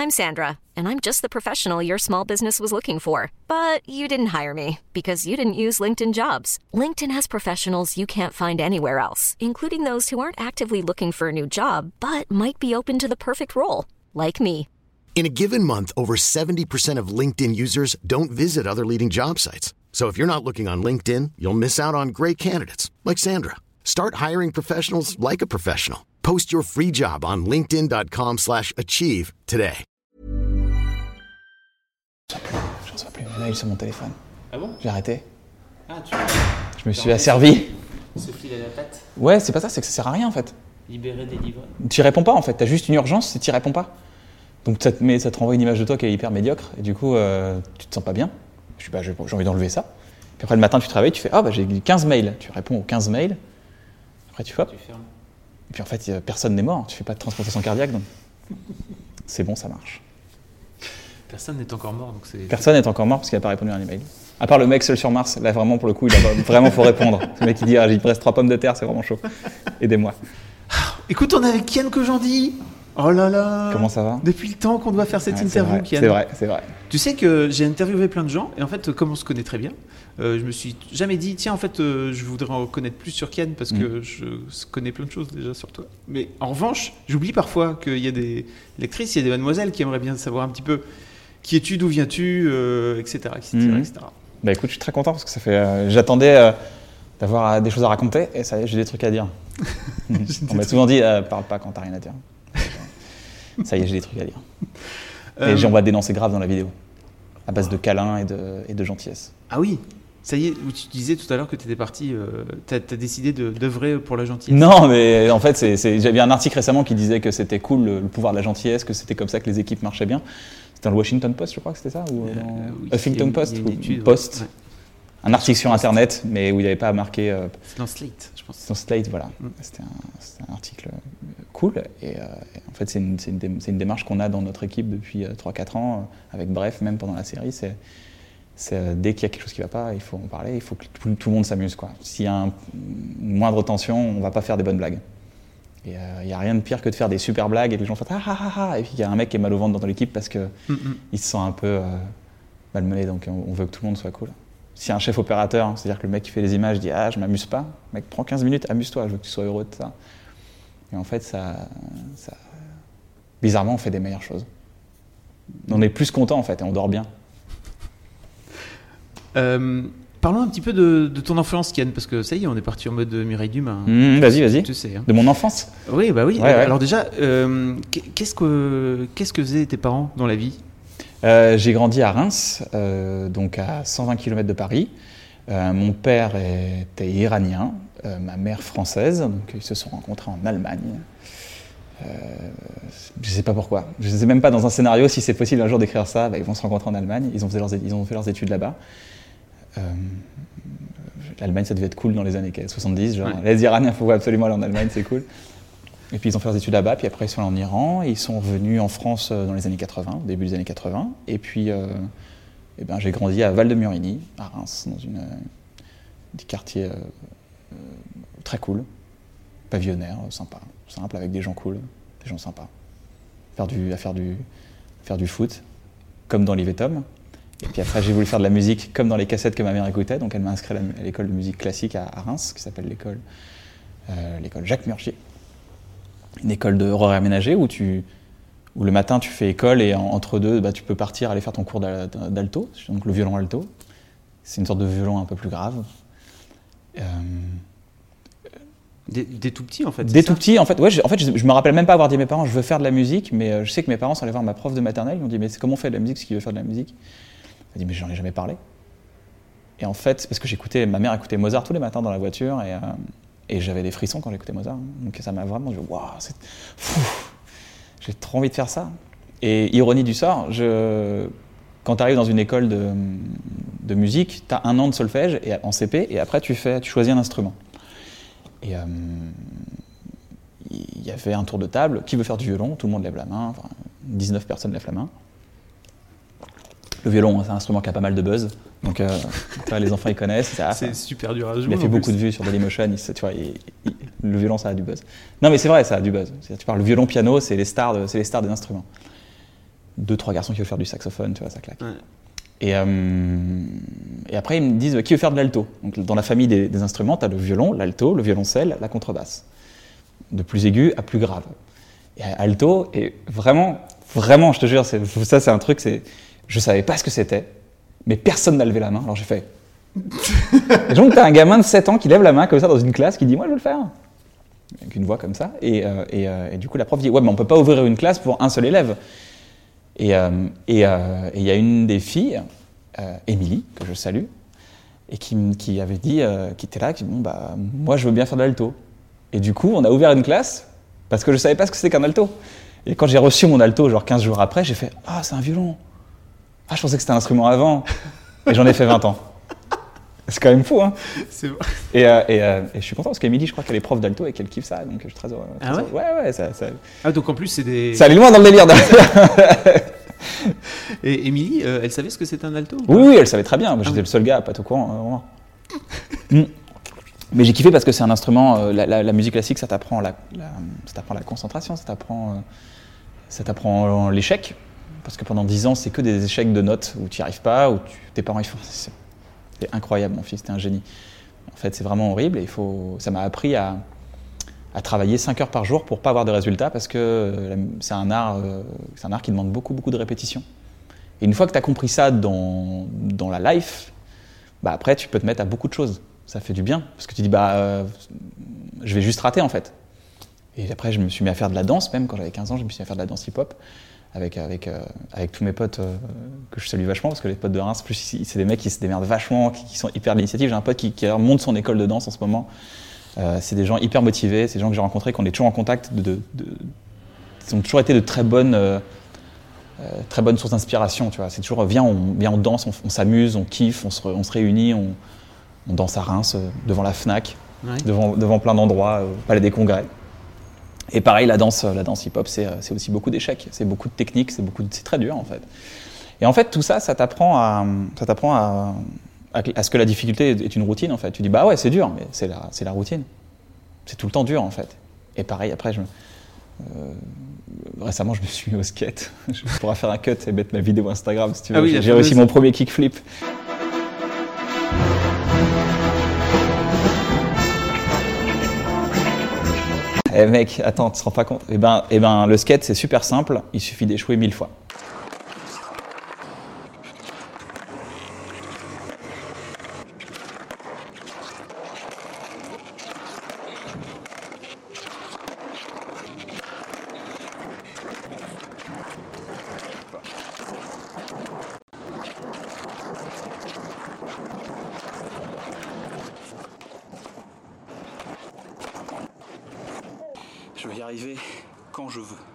I'm Sandra, and I'm just the professional your small business was looking for. But you didn't hire me because you didn't use LinkedIn Jobs. LinkedIn has professionals you can't find anywhere else, including those who aren't actively looking for a new job, but might be open to the perfect role, like me. In a given month, over 70% of LinkedIn users don't visit other leading job sites. So if you're not looking on LinkedIn, you'll miss out on great candidates like Sandra. Start hiring professionals like a professional. Post your free job on linkedin.com/achieve today. Je reçois plus mes mails sur mon téléphone. Ah bon? J'ai arrêté. Ah, tu Je me suis asservi. se filer la patte, Ouais, c'est pas ça, c'est que ça sert à rien en fait. libérer, délivrer. Tu réponds pas en fait, t'as juste une urgence et t'y réponds pas. Donc ça te renvoie une image de toi qui est hyper médiocre et du coup tu te sens pas bien. Je dis j'ai envie d'enlever ça. Puis après le matin tu travailles, tu fais j'ai 15 mails. Tu réponds aux 15 mails. Après tu fermes. Et puis en fait personne n'est mort, tu fais pas de transplantation cardiaque donc c'est bon, ça marche. Personne n'est encore mort, donc c'est... Personne n'est encore mort parce qu'il n'a pas répondu à un email. À part le mec seul sur Mars, là vraiment pour le coup, vraiment faut répondre. Ce mec qui dit il reste 3 pommes de terre, c'est vraiment chaud. Aidez-moi. Écoute, on est avec Kian Kojandi. Oh là là. Comment ça va? Depuis le temps qu'on doit faire cette interview, Kian. C'est vrai. Tu sais que j'ai interviewé plein de gens, et en fait, comme on se connaît très bien, je me suis jamais dit, tiens, en fait, je voudrais en connaître plus sur Kian, parce que je connais plein de choses déjà sur toi. Mais en revanche, j'oublie parfois qu'il y a des lectrices, il y a des mademoiselles qui aimeraient bien savoir un petit peu qui es-tu, d'où viens-tu, etc. Bah écoute, je suis très content, parce que ça fait... j'attendais d'avoir des choses à raconter, et ça y est, j'ai des trucs à dire. On m'a souvent dit, parle pas quand t'as rien à dire. Ça y est, j'ai des trucs à dire. Et on va dénoncer grave dans la vidéo, à base de câlins et de gentillesse. Ah oui, ça y est, où tu disais tout à l'heure que tu étais parti, t'as décidé d'œuvrer pour la gentillesse. Non, mais en fait, j'avais un article récemment qui disait que c'était cool le pouvoir de la gentillesse, que c'était comme ça que les équipes marchaient bien. C'était dans le Washington Post, je crois que c'était ça, ou dans Huffington Post, ou Post. Ouais. Un article sur Internet, mais où il n'y avait pas marqué... C'est dans Slate, je pense. C'est dans Slate, voilà. C'était un article cool. Et en fait, c'est une démarche qu'on a dans notre équipe depuis 3-4 ans, avec Bref, même pendant la série. C'est dès qu'il y a quelque chose qui ne va pas, il faut en parler, il faut que tout le monde s'amuse, quoi. S'il y a une moindre tension, on ne va pas faire des bonnes blagues. Et il n'y a rien de pire que de faire des super blagues et que les gens font et puis il y a un mec qui est mal au ventre dans l'équipe parce qu'il se sent un peu malmené, donc on veut que tout le monde soit cool. Si un chef opérateur, c'est-à-dire que le mec qui fait les images dit je m'amuse pas, mec, prends 15 minutes, amuse-toi, je veux que tu sois heureux de ça. Et en fait, ça bizarrement, on fait des meilleures choses. On est plus content en fait et on dort bien. Parlons un petit peu de ton enfance, Kian, parce que ça y est, on est parti en mode Mireille Dumas. Vas-y. Tu sais. Hein. De mon enfance. Oui, bah oui. Ouais. Alors déjà, qu'est-ce que faisaient tes parents dans la vie? J'ai grandi à Reims, donc à 120 km de Paris. Mon père était iranien, ma mère française, donc ils se sont rencontrés en Allemagne. Je ne sais pas pourquoi. Je ne sais même pas dans un scénario si c'est possible un jour d'écrire ça. Ils vont se rencontrer en Allemagne. Ils ont fait leurs études là-bas. L'Allemagne, ça devait être cool dans les années 70. Genre, les Iraniens, il faut absolument aller en Allemagne, c'est cool. Et puis ils ont fait leurs études là-bas, puis après ils sont allés en Iran, et ils sont revenus en France dans les années 80, au début des années 80. Et puis j'ai grandi à Val-de-Murigny, à Reims, dans des quartiers très cool, pavillonnaires, simple, avec des gens cool, des gens sympas. Faire du foot, comme dans l'Yves Tom. Et puis après j'ai voulu faire de la musique comme dans les cassettes que ma mère écoutait, donc elle m'a inscrit à l'école de musique classique à Reims, qui s'appelle l'école Jacques Murgier. Une école d'horaire aménagé où le matin tu fais école et entre deux tu peux partir aller faire ton cours d'alto, donc le violon alto. C'est une sorte de violon un peu plus grave. Des tout petits en fait. Des tout petits en fait. Ouais, je me rappelle même pas avoir dit à mes parents je veux faire de la musique, mais je sais que mes parents sont allés voir ma prof de maternelle, ils m'ont dit mais comment on fait de la musique si tu veux faire de la musique. Elle m'a dit mais j'en ai jamais parlé. Et en fait c'est parce que ma mère écoutait Mozart tous les matins dans la voiture et j'avais des frissons quand j'écoutais Mozart. Donc ça m'a vraiment dit waouh, j'ai trop envie de faire ça. Et ironie du sort, quand tu arrives dans une école de musique, tu as 1 an de solfège en CP et après tu choisis un instrument. Et il y avait un tour de table, qui veut faire du violon, tout le monde lève la main, 19 personnes lèvent la main. Le violon, c'est un instrument qui a pas mal de buzz, donc les enfants ils connaissent. C'est super dur à jouer. Il a fait beaucoup de vues sur Dailymotion, le violon ça a du buzz. Non mais c'est vrai, ça a du buzz. Tu parles le violon, piano, c'est les stars des instruments. 2-3 garçons qui veulent faire du saxophone, tu vois, ça claque. Ouais. Et après, ils me disent qui veut faire de l'alto. Donc, dans la famille des instruments, tu as le violon, l'alto, le violoncelle, la contrebasse. De plus aigu à plus grave. Et alto, et vraiment, je te jure, ça c'est un truc, je savais pas ce que c'était, mais personne n'a levé la main. Alors j'ai fait. Et donc, tu as un gamin de 7 ans qui lève la main comme ça dans une classe, qui dit moi je veux le faire. Avec une voix comme ça. Et du coup, la prof dit ouais, mais on peut pas ouvrir une classe pour un seul élève. Et il y a une des filles, Émilie, que je salue, et qui avait dit, qui était là, qui dit bon, bah, moi je veux bien faire de l'alto. Et du coup, on a ouvert une classe parce que je savais pas ce que c'était qu'un alto. Et quand j'ai reçu mon alto, genre 15 jours après, j'ai fait ah, c'est un violon. Ah, je pensais que c'était un instrument avant. Et j'en ai fait 20 ans. C'est quand même fou, hein. C'est vrai. Et je suis content parce qu'Émilie, je crois qu'elle est prof d'alto et qu'elle kiffe ça, donc je suis très heureux. Ah ouais. Ouais, ça. Ah, donc en plus, c'est des. Ça allait loin dans le délire. Et Émilie, elle savait ce que c'était un alto? Oui, elle savait très bien. J'étais le seul gars à pas être au courant, vraiment. Mais j'ai kiffé parce que c'est un instrument. La musique classique, ça t'apprend la concentration, ça t'apprend l'échec. Parce que pendant 10 ans, c'est que des échecs de notes où tu n'y arrives pas, où tes parents ils font. C'est incroyable, mon fils, t'es un génie. En fait, c'est vraiment horrible et ça m'a appris à travailler 5 heures par jour pour pas avoir de résultats parce que c'est un art qui demande beaucoup, beaucoup de répétition. Et une fois que tu as compris ça dans la life, bah après, tu peux te mettre à beaucoup de choses. Ça fait du bien parce que tu dis, je vais juste rater en fait. Et après, je me suis mis à faire de la danse, même quand j'avais 15 ans, je me suis mis à faire de la danse hip-hop. Avec tous mes potes que je salue vachement, parce que les potes de Reims, plus c'est des mecs qui se démerdent vachement, qui sont hyper d'initiative. J'ai un pote qui monte son école de danse en ce moment. C'est des gens hyper motivés, c'est des gens que j'ai rencontrés, qu'on est toujours en contact. Ils ont toujours été de très bonnes sources d'inspiration. Tu vois. C'est toujours, viens, on danse, on s'amuse, on kiffe, on se réunit, on danse à Reims, devant la Fnac, ouais. devant plein d'endroits, au Palais des Congrès. Et pareil, la danse hip-hop, c'est aussi beaucoup d'échecs, c'est beaucoup de techniques, c'est très dur en fait. Et en fait, tout ça, ça t'apprend à ce que la difficulté est une routine en fait. Tu dis bah ouais, c'est dur, mais c'est la routine. C'est tout le temps dur en fait. Et pareil, après, récemment, je me suis mis au skate. Je pourrais faire un cut et mettre ma vidéo Instagram si tu veux. Ah oui, j'ai réussi mon premier kickflip. Eh mec, attends, tu te rends pas compte? Eh ben, le skate, c'est super simple, il suffit d'échouer 1000 fois. Je vais y arriver quand je veux.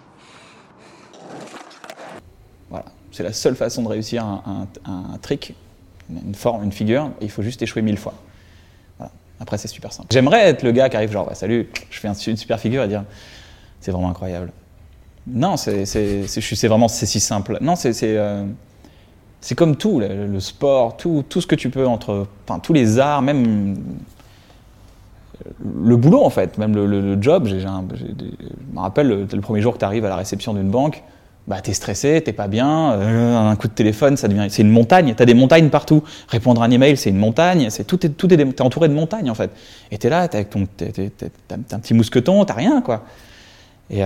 Voilà, c'est la seule façon de réussir un trick, une forme, une figure. Il faut juste échouer 1000 fois. Voilà. Après, c'est super simple. J'aimerais être le gars qui arrive genre, bah, salut, je fais une super figure et dire, c'est vraiment incroyable. Non, c'est si simple. Non, c'est comme tout, le sport, tout ce que tu peux tous les arts, même. Le boulot en fait, même le job, je me rappelle le premier jour que tu arrives à la réception d'une banque, bah t'es stressé, t'es pas bien, un coup de téléphone, c'est une montagne, t'as des montagnes partout, répondre à un email c'est une montagne, t'es entouré de montagnes en fait, et t'es là, t'as un petit mousqueton, t'as rien quoi, et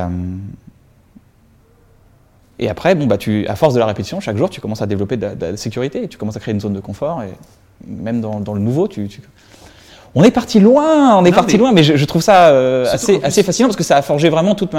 après à force de la répétition, chaque jour tu commences à développer de la sécurité, tu commences à créer une zone de confort, et même dans le nouveau on est parti loin, mais je trouve ça assez fascinant parce que ça a forgé vraiment toute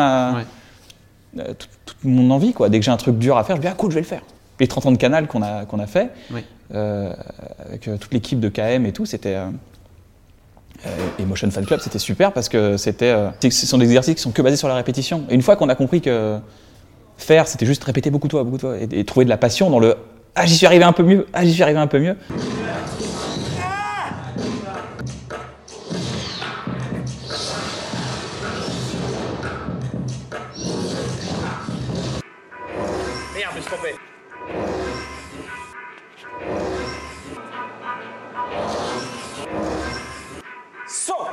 mon envie, quoi. Dès que j'ai un truc dur à faire, je me dis cool, je vais le faire. Les 30 ans de Canal qu'on a fait, avec toute l'équipe de KM et tout, c'était et Motion Fan Club, c'était super parce que ce sont des exercices qui sont que basés sur la répétition. Et une fois qu'on a compris que faire, c'était juste répéter beaucoup de fois, et trouver de la passion dans le j'y suis arrivé un peu mieux, Merde, je me suis trompé. Saut.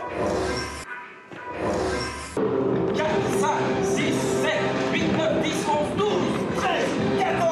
4, 5, 6, 7, 8, 9, 10, 11, 12, 13, 14.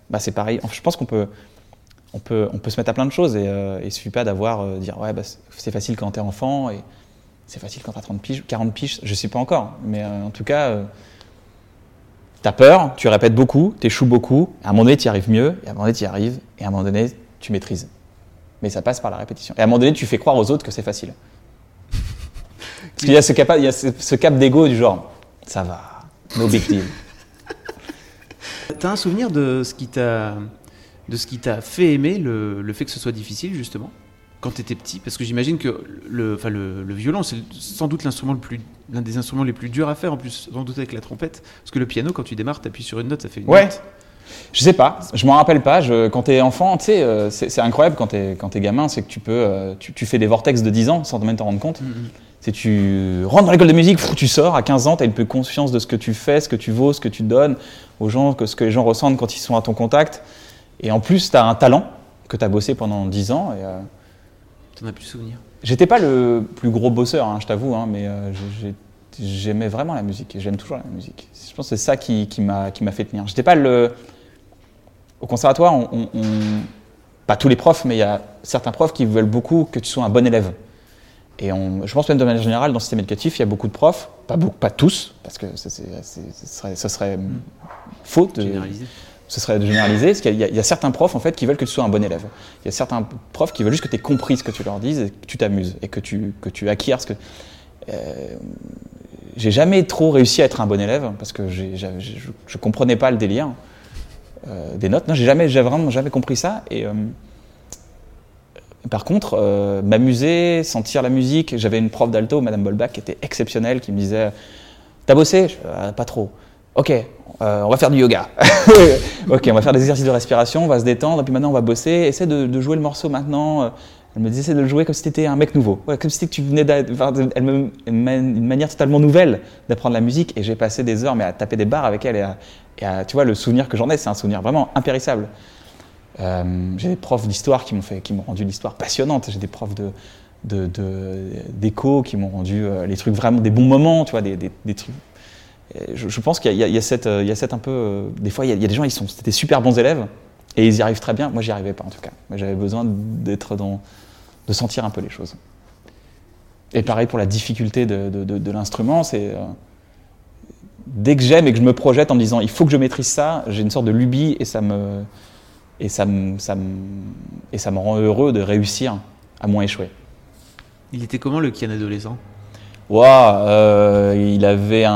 Bah, c'est pareil. Je pense qu'on peut se mettre à plein de choses et il suffit pas dire ouais, bah, c'est facile quand t'es enfant et c'est facile quand t'as 30 piges, 40 piges, je sais pas encore. Mais en tout cas, t'as peur, tu répètes beaucoup, t'échoues beaucoup, à un moment donné t'y arrives mieux, et à un moment donné t'y arrives, et à un moment donné tu maîtrises. Mais ça passe par la répétition. Et à un moment donné tu fais croire aux autres que c'est facile. Parce qu'il y a ce cap d'ego du genre, ça va, no big deal. T'as un souvenir de ce qui t'a fait aimer le fait que ce soit difficile, justement, quand t'étais petit? Parce que j'imagine que le violon, c'est sans doute l'un des instruments les plus durs à faire, en plus, sans doute avec la trompette. Parce que le piano, quand tu démarres, t'appuies sur une note, ça fait une note. Je sais pas, je m'en rappelle pas. Quand t'es enfant, tu sais, c'est incroyable quand t'es gamin, c'est que tu fais des vortex de 10 ans sans même t'en rendre compte. C'est tu rentres dans l'école de musique, tu sors, à 15 ans, tu as une peu conscience de ce que tu fais, ce que tu vaux, ce que tu donnes aux gens, ce que les gens ressentent quand ils sont à ton contact. Et en plus, tu as un talent que tu as bossé pendant 10 ans. T'en as plus souvenir? J'étais pas le plus gros bosseur, je t'avoue, mais j'aimais vraiment la musique et j'aime toujours la musique. Je pense que c'est ça qui m'a fait tenir. J'étais pas au conservatoire, pas tous les profs, mais il y a certains profs qui veulent beaucoup que tu sois un bon élève. Et je pense même de manière générale, dans le système éducatif, il y a beaucoup de profs, pas tous, parce que ce serait faux de généraliser. Ce serait de généraliser, parce qu'il y a certains profs en fait qui veulent que tu sois un bon élève. Il y a certains profs qui veulent juste que tu aies compris ce que tu leur dises et que tu t'amuses et que tu acquières ce que. J'ai jamais trop réussi à être un bon élève parce que je comprenais pas le délire des notes. Non, j'ai vraiment jamais compris ça. Et par contre, m'amuser, sentir la musique. J'avais une prof d'alto, Madame Bolbach, qui était exceptionnelle, qui me disait « T'as bossé ?» Pas trop. « Ok, on va faire du yoga. » Ok, on va faire des exercices de respiration, on va se détendre, et puis maintenant on va bosser. Essaie de jouer le morceau maintenant. Elle me disait, essaie de le jouer comme si tu étais un mec nouveau. Ouais, comme si tu venais une manière totalement nouvelle d'apprendre la musique. Et j'ai passé des heures à taper des barres avec elle. Et tu vois, le souvenir que j'en ai, c'est un souvenir vraiment impérissable. J'ai des profs d'histoire qui m'ont rendu l'histoire passionnante. J'ai des profs d'éco qui m'ont rendu les trucs vraiment des bons moments, tu vois, des trucs. Je pense qu'il y a cette un peu. Des fois, il y a des gens, c'était super bons élèves et ils y arrivent très bien. Moi, j'y arrivais pas en tout cas. Moi, j'avais besoin de sentir un peu les choses. Et pareil pour la difficulté de l'instrument, c'est dès que j'aime et que je me projette en me disant il faut que je maîtrise ça, j'ai une sorte de lubie et ça me rend heureux de réussir à moins échouer. Il était comment le Kian adolescent? Il avait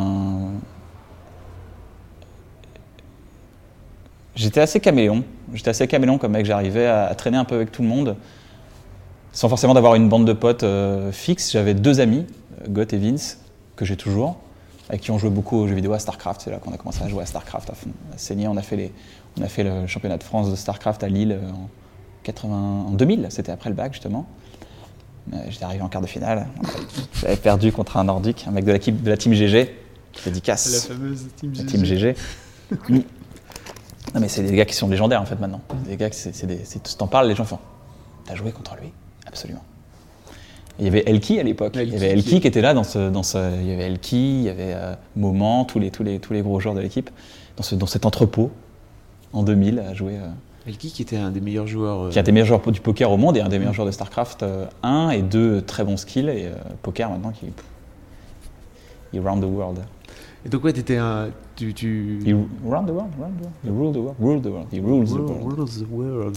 J'étais assez caméléon comme mec, j'arrivais à traîner un peu avec tout le monde, sans forcément d'avoir une bande de potes fixe. J'avais 2 amis, Goth et Vince, que j'ai toujours, avec qui on jouait beaucoup aux jeux vidéo, à StarCraft. C'est là qu'on a commencé à jouer à StarCraft à fond, à saigner. On a fait le championnat de France de StarCraft à Lille en 2000, c'était après le bac justement. J'étais arrivé en quart de finale, j'avais perdu contre un nordique, un mec de la team GG, qui dédicace. La fameuse team GG. La team GG. Non mais c'est des gars qui sont légendaires en fait maintenant. Des gars, si t'en parles, les gens font « T'as joué contre lui ?» Absolument. Et il y avait Elki à l'époque. Il y avait Elki qui était là il y avait Elki, il y avait Moment, tous les gros joueurs de l'équipe, dans cet entrepôt en 2000 à jouer. Elki qui était un des meilleurs joueurs. Qui est un des meilleurs joueurs du poker au monde et un des meilleurs joueurs de StarCraft 1 et 2 très bons skills et poker maintenant il round the world. Et donc ouais, t'étais un... He round the world. He ruled the world.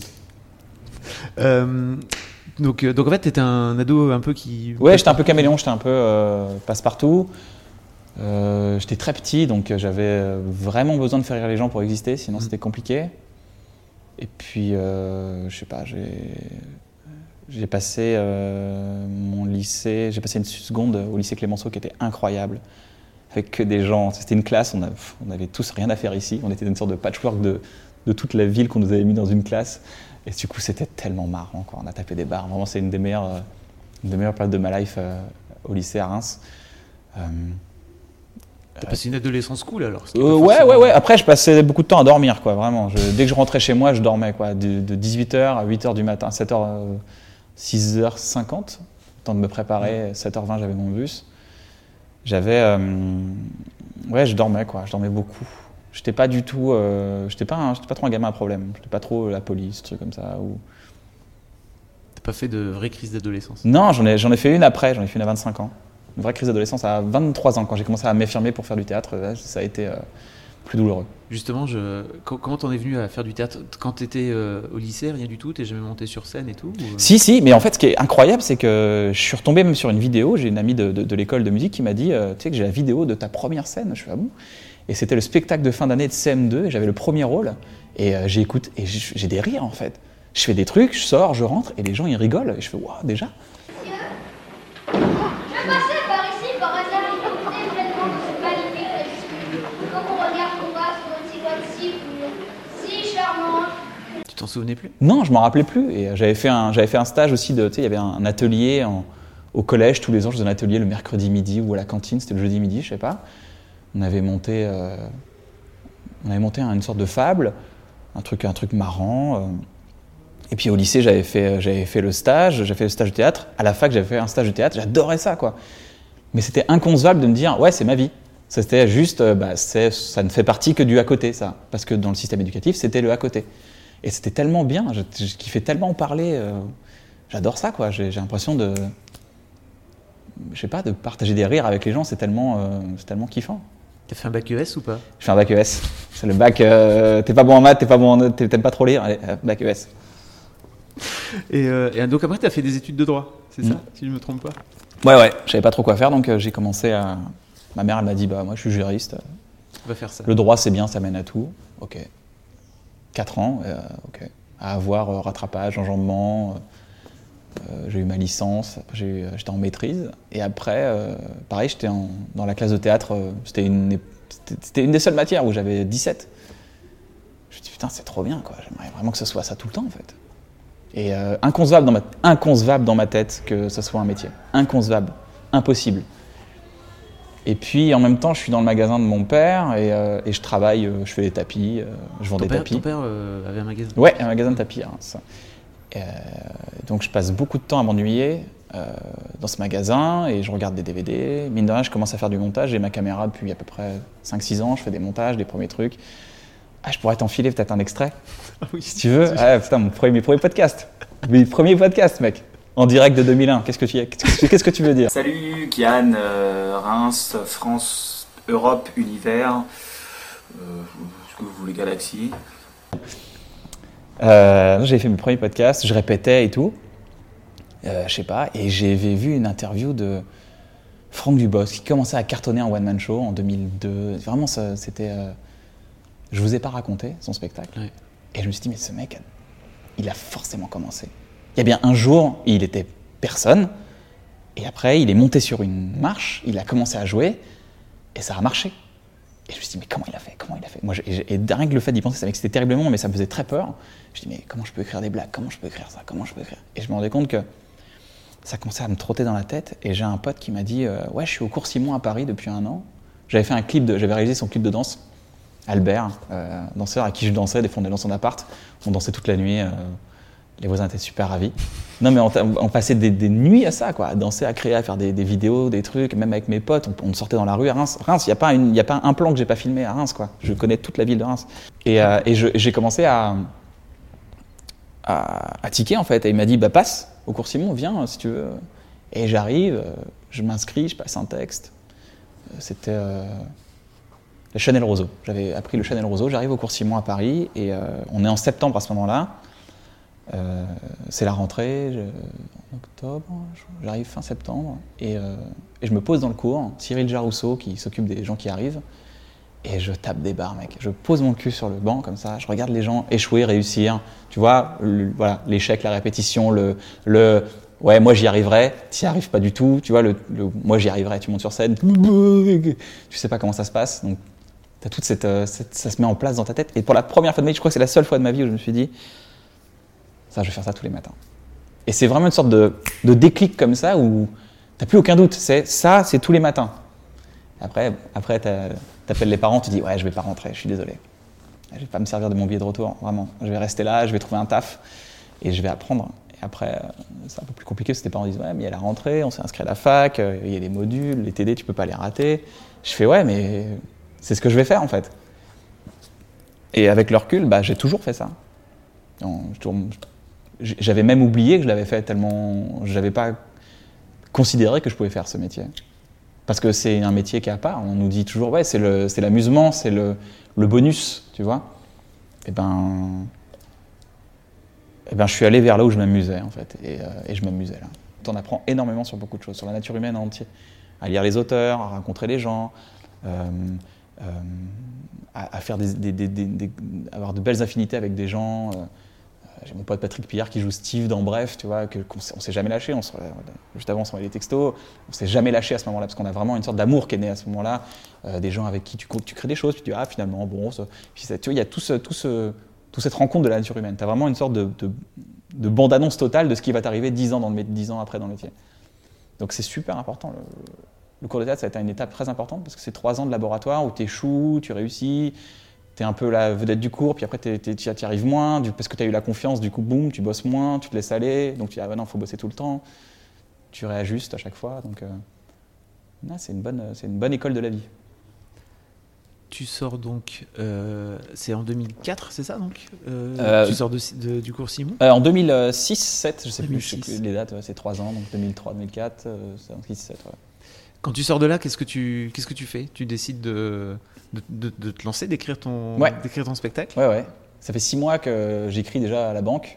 Donc en fait, t'étais un ado un peu qui... Ouais, j'étais un peu caméléon, j'étais un peu passe-partout. J'étais très petit, donc j'avais vraiment besoin de faire rire les gens pour exister, sinon c'était compliqué. Et puis, je sais pas, j'ai passé mon lycée, j'ai passé une seconde au lycée Clémenceau qui était incroyable, avec que des gens, c'était une classe, on avait tous rien à faire ici, on était une sorte de patchwork de toute la ville qu'on nous avait mis dans une classe, et du coup c'était tellement marrant, quoi. On a tapé des barres, vraiment c'est une des meilleures périodes de ma life au lycée à Reims. T'as passé une adolescence cool alors? Ouais. Après, je passais beaucoup de temps à dormir, quoi, vraiment. Dès que je rentrais chez moi, je dormais, quoi. De 18h à 8h du matin, 7h, 6h50, temps de me préparer, 7h20, j'avais mon bus. Je dormais, quoi. Je dormais beaucoup. J'étais pas du tout, j'étais pas trop un gamin à problème. J'étais pas trop la police, truc comme ça. Ou... T'as pas fait de vraie crise d'adolescence? Non, j'en ai fait une après. J'en ai fait une à 25 ans. Une vraie crise d'adolescence à 23 ans, quand j'ai commencé à m'affirmer pour faire du théâtre. Là, ça a été plus douloureux. Justement, comment t'en es venu à faire du théâtre? Quand t'étais au lycée, rien du tout? T'es jamais monté sur scène et tout ou... Si, mais en fait, ce qui est incroyable, c'est que je suis retombé même sur une vidéo. J'ai une amie de l'école de musique qui m'a dit, tu sais que j'ai la vidéo de ta première scène. Je suis ah bon? Et c'était le spectacle de fin d'année de CM2, et j'avais le premier rôle, et j'écoute, et j'ai des rires en fait. Je fais des trucs, je sors, je rentre, et les gens ils rigolent, et je fais waouh, déjà. Je passais par ici par hasard, et écoutais pleinement de ce magnifique récit. Quand on regarde qu'on passe sur une silhouette si pure, si charmante. Tu t'en souvenais plus? Non, je m'en rappelais plus, et j'avais fait un stage aussi, tu sais, il y avait un atelier au collège, tous les ans je faisais un atelier le mercredi midi, ou à la cantine, c'était le jeudi midi, je sais pas. On avait monté une sorte de fable, un truc marrant. Et puis au lycée, j'avais fait le stage de théâtre. À la fac, j'avais fait un stage de théâtre. J'adorais ça, quoi. Mais c'était inconcevable de me dire, ouais, c'est ma vie. C'était juste, ça ne fait partie que du à côté, ça. Parce que dans le système éducatif, c'était le à côté. Et c'était tellement bien. Je kiffais tellement en parler. J'adore ça, quoi. J'ai l'impression de partager des rires avec les gens. C'est tellement kiffant. T'as fait un bac ES ou pas? Je fais un bac ES. C'est le bac, t'es pas bon en maths, t'aimes pas trop lire, allez, bac ES. Et donc après, t'as fait des études de droit, c'est ça, si je me trompe pas? Ouais, je savais pas trop quoi faire, donc j'ai commencé à... Ma mère, elle m'a dit, bah moi je suis juriste. On va faire ça. Le droit, c'est bien, ça mène à tout. Ok. 4 ans, ok. À avoir rattrapage, enjambement, j'ai eu ma licence, j'étais en maîtrise, et après, pareil, j'étais dans la classe de théâtre, c'était une des seules matières où j'avais 17. Je me suis dit, putain, c'est trop bien, quoi. J'aimerais vraiment que ce soit ça tout le temps, en fait. Et inconcevable dans ma tête que ce soit un métier. Inconcevable, impossible. Et puis, en même temps, je suis dans le magasin de mon père, et je travaille, je fais des tapis, je vends des tapis. Ton père avait un magasin? Ouais, un magasin de tapis, à Reims. Donc je passe beaucoup de temps à m'ennuyer dans ce magasin et je regarde des DVD. Mine de rien, je commence à faire du montage. J'ai ma caméra depuis à peu près 5-6 ans. Je fais des montages, des premiers trucs. Ah, je pourrais t'enfiler peut-être un extrait, oui, si tu veux. Ah, putain, mes premiers podcasts. Mes premiers podcasts, mec. En direct de 2001. Qu'est-ce que tu veux dire? Salut, Kian, Reims, France, Europe, Univers, ce que vous voulez, Galaxie. J'ai fait mes premiers podcasts, je répétais et tout, je sais pas, et j'avais vu une interview de Franck Dubosc qui commençait à cartonner en one-man show en 2002. Vraiment, c'était... je vous ai pas raconté son spectacle. Ouais. Et je me suis dit, mais ce mec, il a forcément commencé. Il y a bien un jour, il était personne, et après, il est monté sur une marche, il a commencé à jouer, et ça a marché. Et je me suis dit, mais comment il a fait? Moi, et rien que le fait d'y penser, ça m'excitait terriblement, mais ça me faisait très peur. Je me dis, mais comment je peux écrire des blagues? Comment je peux écrire ça? Et je me rendais compte que ça commençait à me trotter dans la tête. Et j'ai un pote qui m'a dit, ouais, je suis au cours Simon à Paris depuis 1 an. J'avais réalisé son clip de danse. Albert, danseur à qui je dansais, des fois on est dans son appart. On dansait toute la nuit. Les voisins étaient super ravis. Non, mais on passait des nuits à ça, quoi, à danser, à créer, à faire des vidéos, des trucs, même avec mes potes. On sortait dans la rue à Reims. Reims, il n'y a pas un plan que j'ai pas filmé à Reims, quoi. Je connais toute la ville de Reims. Et j'ai commencé à tiquer, en fait. Et il m'a dit, bah passe au cours Simon, viens si tu veux. Et j'arrive, je m'inscris, je passe un texte. C'était le Chanel Roseau. J'avais appris le Chanel Roseau. J'arrive au cours Simon à Paris et on est en septembre à ce moment-là. C'est la rentrée, en octobre, j'arrive fin septembre et je me pose dans le cours, Cyril Jarousseau qui s'occupe des gens qui arrivent et je tape des barres, mec. Je pose mon cul sur le banc comme ça, je regarde les gens échouer, réussir, tu vois, voilà, l'échec, la répétition, ouais, moi j'y arriverai, t'y arrives pas du tout, tu vois, moi j'y arriverai, tu montes sur scène, tu sais pas comment ça se passe, donc t'as toute ça se met en place dans ta tête et pour la première fois de ma vie, je crois que c'est la seule fois de ma vie où je me suis dit ça, je vais faire ça tous les matins. Et c'est vraiment une sorte de déclic comme ça où t'as plus aucun doute. C'est tous les matins. Après t'appelles les parents, tu dis ouais, je vais pas rentrer, je suis désolé. Je vais pas me servir de mon billet de retour, vraiment. Je vais rester là, je vais trouver un taf et je vais apprendre. Et après, c'est un peu plus compliqué parce que tes parents disent ouais, mais il y a la rentrée, on s'est inscrit à la fac, il y a des modules, les TD, tu peux pas les rater. Je fais ouais, mais c'est ce que je vais faire en fait. Et avec le recul, j'ai toujours fait ça. J'avais même oublié que je l'avais fait tellement... Je n'avais pas considéré que je pouvais faire ce métier. Parce que c'est un métier qui est à part. On nous dit toujours, ouais, c'est l'amusement, c'est le bonus, tu vois. Et je suis allé vers là où je m'amusais, en fait. Et je m'amusais, là. On apprend énormément sur beaucoup de choses, sur la nature humaine en entier. À lire les auteurs, à rencontrer les gens, à faire avoir de belles affinités avec des gens. J'ai mon pote Patrick Pillard qui joue Steve dans Bref, tu vois, qu'on s'est jamais lâché. Juste avant, on s'envoyait des textos. On s'est jamais lâché à ce moment-là, parce qu'on a vraiment une sorte d'amour qui est né à ce moment-là. Des gens avec qui tu crées des choses, puis tu dis, finalement, bon... Puis tu vois, il y a toute cette rencontre de la nature humaine. Tu as vraiment une sorte de bande-annonce totale de ce qui va t'arriver 10 ans après dans le métier. Donc c'est super important. Le cours de théâtre, ça a été une étape très importante, parce que c'est 3 ans de laboratoire où tu échoues, tu réussis, tu es un peu la vedette du cours, puis après tu y arrives moins, parce que tu as eu la confiance, du coup, boum, tu bosses moins, tu te laisses aller, donc tu dis, non, il faut bosser tout le temps, tu réajustes à chaque fois. Donc c'est une bonne école de la vie. Tu sors donc, c'est en 2004, c'est ça donc tu sors du cours Simon En 2006-2007, je sais 2006. plus les dates, c'est 3 ans, donc 2003-2004, c'est en 2006-2007. Ouais. Quand tu sors de là, qu'est-ce que tu fais? Tu décides de te lancer, d'écrire ton spectacle? Ouais. Ça fait 6 mois que j'écris déjà à la banque,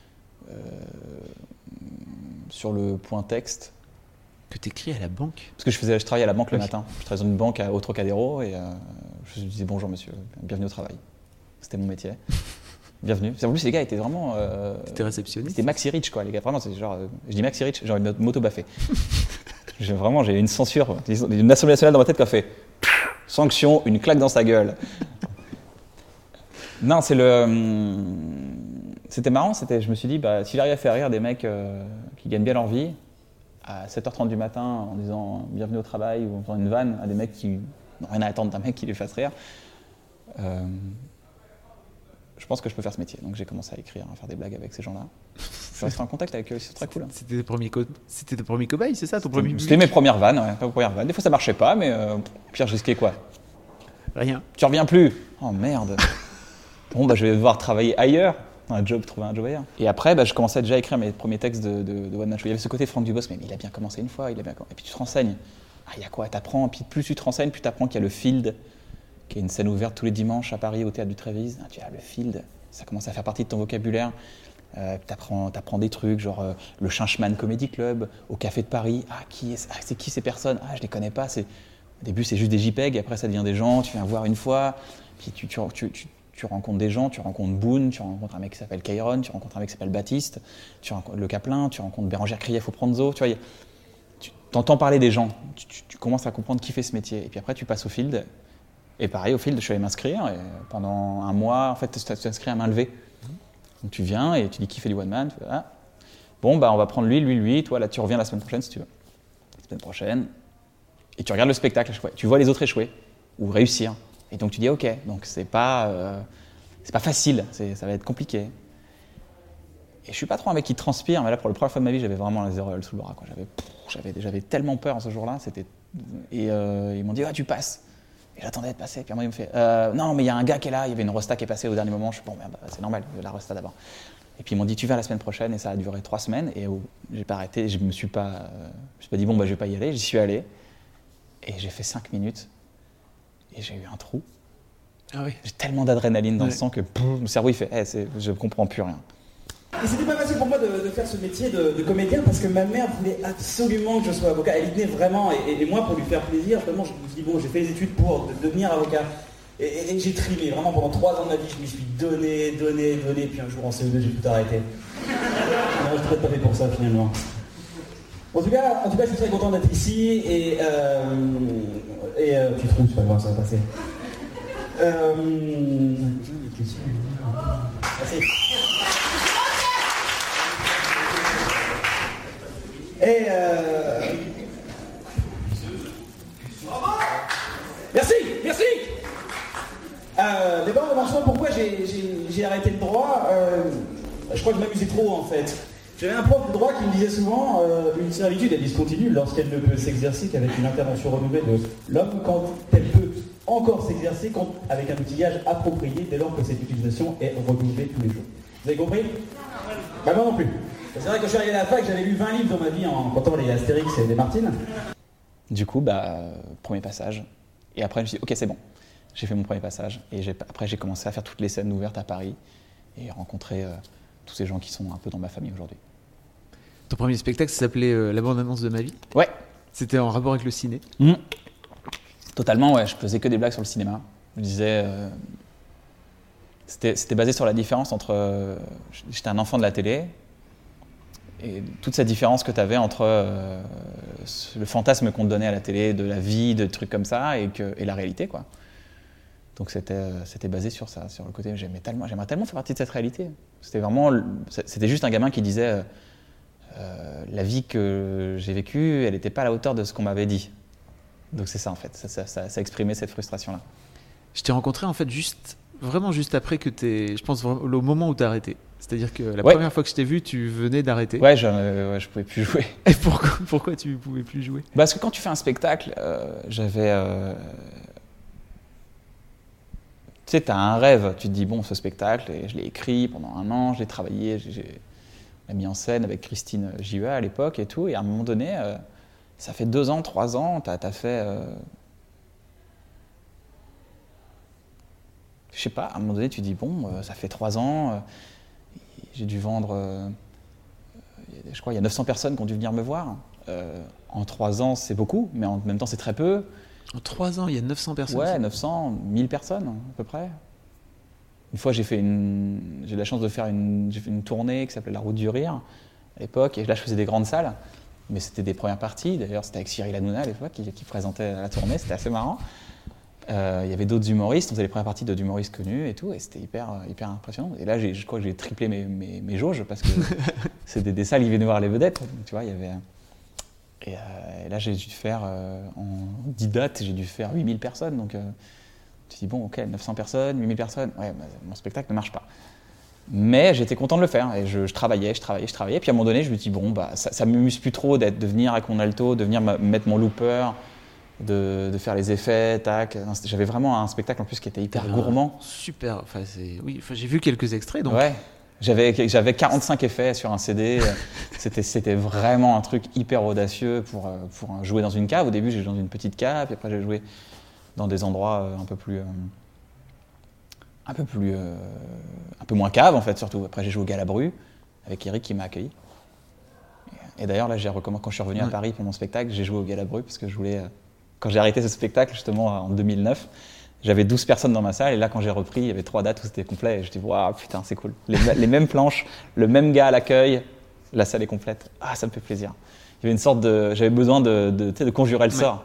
sur le point texte. Que tu écris à la banque? Parce que je travaillais à la banque le matin. Je travaillais dans une banque au Trocadéro et je disais bonjour monsieur, bienvenue au travail. C'était mon métier. Bienvenue. En plus, les gars étaient vraiment. C'était réceptionniste. C'était Maxi Rich, quoi, les gars. Vraiment, c'est genre. Je dis Maxi Rich, j'ai envie de m'auto-baffer. J'ai une censure, une assemblée nationale dans ma tête qui a fait sanction, une claque dans sa gueule. Non, c'était marrant. Je me suis dit, si j'arrive à faire rire des mecs qui gagnent bien leur vie, à 7h30 du matin en disant bienvenue au travail ou en faisant une vanne à des mecs qui n'ont rien à attendre d'un mec qui les fasse rire, je pense que je peux faire ce métier. Donc j'ai commencé à écrire, à faire des blagues avec ces gens-là. Je reste en contact avec eux, c'est très cool. C'était tes premiers cobayes, c'est ça, ton premier public? C'était mes premières vannes, ouais, pas mes premières vannes. Des fois ça marchait pas, mais pire je risquais quoi? Rien. Tu reviens plus? Oh merde. Bon je vais devoir travailler ailleurs. Trouver un job ailleurs. Et après, je commençais déjà à écrire mes premiers textes de One Man Show. Il y avait ce côté Franck Dubosc, mais il a bien commencé une fois, Et puis tu te renseignes. Il y a quoi? T'apprends, puis plus tu te renseignes, plus tu apprends qu'il y a le Field, qui est une scène ouverte tous les dimanches à Paris, au Théâtre du Trévise. Tu as le Field, ça commence à faire partie de ton vocabulaire. T'apprends des trucs, genre le Chinchman Comedy Club, au Café de Paris. C'est qui ces personnes? Je les connais pas. Au début, c'est juste des JPEG, après ça devient des gens, tu viens voir une fois, puis tu rencontres des gens, tu rencontres Boone, tu rencontres un mec qui s'appelle Kairon, tu rencontres un mec qui s'appelle Baptiste, tu rencontres Le Caplin, tu rencontres Bérangère Krief au Pranzo, tu vois, tu t'entends parler des gens, tu commences à comprendre qui fait ce métier. Et puis après, tu passes au Field. Et pareil, au Field, je suis allé m'inscrire. Et pendant un mois, en fait, tu t'inscris à main levée. Donc tu viens et tu dis qui fait du one man. Tu fais, on va prendre lui. Toi, là, tu reviens la semaine prochaine si tu veux. La semaine prochaine. Et tu regardes le spectacle. Tu vois les autres échouer ou réussir. Et donc tu dis ok, donc c'est pas facile, ça va être compliqué. Et je suis pas trop un mec qui transpire, mais là pour la première fois de ma vie, j'avais vraiment les auréoles sous le bras, quoi. J'avais tellement peur ce jour-là, ils m'ont dit tu passes. Et j'attendais de passer. Puis à un moment, il me fait non, mais il y a un gars qui est là, il y avait une resta qui est passée au dernier moment. Je suis c'est normal, la resta d'abord. Et puis ils m'ont dit tu viens la semaine prochaine, et ça a duré 3 semaines. Et j'ai pas arrêté, je me suis pas dit je vais pas y aller. J'y suis allé et j'ai fait 5 minutes. Et j'ai eu un trou. Ah oui. J'ai tellement d'adrénaline dans le sang que mon cerveau il fait je comprends plus rien. Et c'était pas facile pour moi de faire ce métier de comédien parce que ma mère voulait absolument que je sois avocat. Elle y tenait vraiment. Et moi, pour lui faire plaisir, vraiment, je me suis dit j'ai fait les études pour devenir avocat. Et j'ai trimé. Vraiment, pendant 3 ans de ma vie, je me suis donné. Puis un jour en CE2, j'ai tout arrêté. Non, je ne pas fait pour ça finalement. En tout cas, je suis très content d'être ici et tu trouves, c'est pas grave, ça va passer. Merci. Et merci. D'abord, pourquoi j'ai arrêté le droit. Je crois que je m'amusais trop en fait. J'avais un prof de droit qui me disait souvent une servitude est discontinue lorsqu'elle ne peut s'exercer qu'avec une intervention renouvelée de l'homme quand elle peut encore s'exercer avec un outillage approprié dès lors que cette utilisation est renouvelée tous les jours. Vous avez compris? Bah moi non plus. C'est vrai que quand je suis arrivé à la fac, j'avais lu 20 livres dans ma vie en comptant les Astérix et les Martine. Du coup, premier passage. Et après, je me suis dit, ok, c'est bon. J'ai fait mon premier passage. Et après, j'ai commencé à faire toutes les scènes ouvertes à Paris et rencontrer tous ces gens qui sont un peu dans ma famille aujourd'hui. Ton premier spectacle, ça s'appelait La bande-annonce de ma vie. Ouais. C'était en rapport avec le ciné. Totalement, ouais. Je faisais que des blagues sur le cinéma. Je disais... C'était basé sur la différence entre... j'étais un enfant de la télé et toute cette différence que tu avais entre le fantasme qu'on te donnait à la télé, de la vie, de trucs comme ça, et la réalité, quoi. Donc c'était basé sur ça, sur le côté j'aimerais tellement faire partie de cette réalité. C'était juste un gamin qui disait la vie que j'ai vécue, elle n'était pas à la hauteur de ce qu'on m'avait dit. Donc c'est ça en fait, ça exprimait cette frustration-là. Je t'ai rencontré en fait vraiment juste après que je pense au moment où t'as arrêté. C'est-à-dire que la première fois que je t'ai vu, tu venais d'arrêter. Ouais, je pouvais plus jouer. Et pourquoi tu pouvais plus jouer? Parce que quand tu fais un spectacle, j'avais... tu sais, t'as un rêve, tu te dis bon, ce spectacle, et je l'ai écrit pendant 1 an, je l'ai travaillé, on l'a mis en scène avec Christine JEA à l'époque et tout, et à un moment donné, ça fait 2 ans, 3 ans, t'as fait... je sais pas, à un moment donné, tu dis bon, ça fait 3 ans, j'ai dû vendre... je crois qu'il y a 900 personnes qui ont dû venir me voir. En 3 ans, c'est beaucoup, mais en même temps, c'est très peu. En 3 ans, il y a 900 personnes? Ouais, 900, 1000 personnes à peu près. Une fois, j'ai eu la chance de faire j'ai fait une tournée qui s'appelait La Route du Rire à l'époque, et là, je faisais des grandes salles, mais c'était des premières parties. D'ailleurs, c'était avec Cyril Hanouna à l'époque qui présentait la tournée, c'était assez marrant. Il y avait d'autres humoristes, on faisait les premières parties d'humoristes connus et tout, et c'était hyper impressionnant. Et là, je crois que j'ai triplé mes jauges parce que c'était des salles, ils venaient voir les vedettes, tu vois, il y avait... Et là, j'ai dû faire, en 10 dates, j'ai dû faire 8000 personnes. Donc, tu te dis, bon, ok, 900 personnes, 8000 personnes, ouais, mon spectacle ne marche pas. Mais j'étais content de le faire. Et je travaillais. Puis à un moment donné, je me dis, bon, ça ne m'amuse plus trop de venir avec mon alto, de venir mettre mon looper, de faire les effets, tac. J'avais vraiment un spectacle en plus qui était hyper gourmand. Super, j'ai vu quelques extraits. Donc. Ouais. J'avais 45 effets sur un CD. C'était vraiment un truc hyper audacieux pour jouer dans une cave. Au début, j'ai joué dans une petite cave, puis après j'ai joué dans des endroits un peu moins cave en fait, surtout. Après j'ai joué au Galabru avec Eric qui m'a accueilli. Et d'ailleurs là, quand je suis revenu à Paris pour mon spectacle, j'ai joué au Galabru parce que je voulais, quand j'ai arrêté ce spectacle justement en 2009. J'avais 12 personnes dans ma salle, et là, quand j'ai repris, il y avait 3 dates où c'était complet, et je dis, waouh, putain, c'est cool. Les mêmes planches, le même gars à l'accueil, la salle est complète. Ah, ça me fait plaisir. Il y avait une sorte j'avais besoin de conjurer le sort.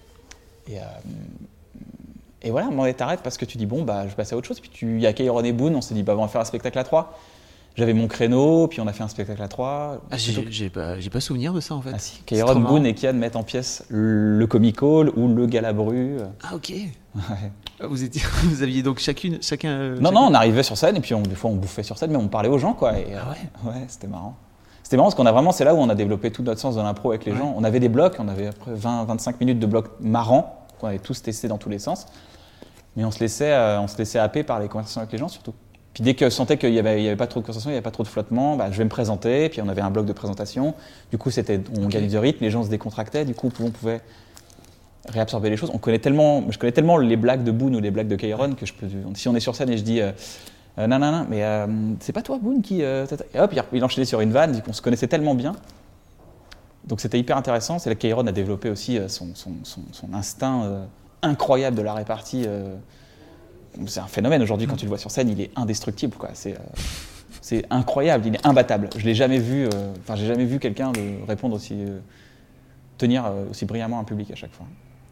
Et voilà, à un moment donné, t'arrêtes parce que tu dis, bon, je vais passer à autre chose. Puis il y a Kairon et Boone, on s'est dit, on va faire un spectacle à 3. J'avais mon créneau, puis on a fait un spectacle à 3. Ah, j'ai pas souvenir de ça en fait. Ah si, Kairon, Boone et Kian mettent en pièce le Comic Hall ou le Galabru. Ah ok. Ouais. Vous aviez donc chacun. Non, on arrivait sur scène et puis des fois on bouffait sur scène, mais on parlait aux gens quoi. Et, ouais, c'était marrant. C'était marrant parce c'est là où on a développé tout notre sens de l'impro avec les gens. On avait des blocs, on avait après 20-25 minutes de blocs marrants qu'on avait tous testés dans tous les sens, mais on se laissait happer par les conversations avec les gens surtout. Puis dès que je sentais qu'il y avait pas trop de conversation, il n'y avait pas trop de flottement, je vais me présenter, puis on avait un bloc de présentation. Du coup, on gagnait du rythme, les gens se décontractaient, du coup on pouvait réabsorber les choses. Je connais tellement les blagues de Boone ou les blagues de Kairon que si on est sur scène et je dis non, mais c'est pas toi Boone qui... et hop, il enchaînait sur une vanne, on se connaissait tellement bien. Donc c'était hyper intéressant. C'est là que Kairon a développé aussi son instinct incroyable de la répartie. C'est un phénomène aujourd'hui, quand tu le vois sur scène, il est indestructible, quoi. C'est incroyable, il est imbattable. Je l'ai jamais vu, j'ai jamais vu quelqu'un répondre tenir aussi brillamment un public à chaque fois.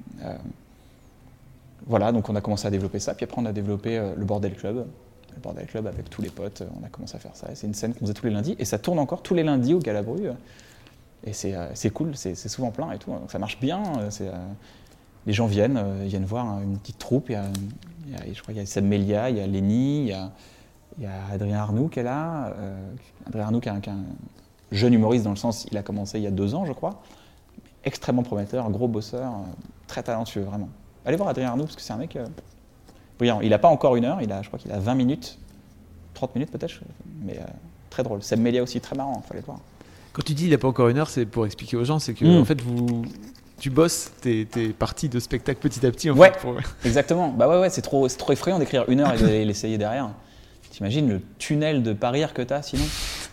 Voilà, donc on a commencé à développer ça, puis après on a développé le Bordel Club. Le Bordel Club avec tous les potes, on a commencé à faire ça. Et c'est une scène qu'on faisait tous les lundis, et ça tourne encore tous les lundis au Galabru. Et c'est cool, c'est souvent plein et tout, donc ça marche bien. Les gens viennent voir une petite troupe. Je crois qu'il y a Seb Melia, il y a Lenny, il y a Adrien Arnoux qui est là. Adrien Arnoux qui est un jeune humoriste dans le sens, il a commencé il y a 2 ans, je crois. Extrêmement prometteur, un gros bosseur, très talentueux, vraiment. allez voir Adrien Arnoux, parce que c'est un mec brillant. Il n'a pas encore 1 heure, je crois qu'il a 20 minutes, 30 minutes peut-être, mais très drôle. Seb Melia aussi, très marrant, il fallait le voir. Quand tu dis il n'a pas encore 1 heure, c'est pour expliquer aux gens, c'est que en fait tu bosses tes parties de spectacle petit à petit. En fait, exactement. Bah ouais, c'est trop effrayant d'écrire 1 heure et l'essayer derrière. T'imagines le tunnel de pas rire que t'as sinon.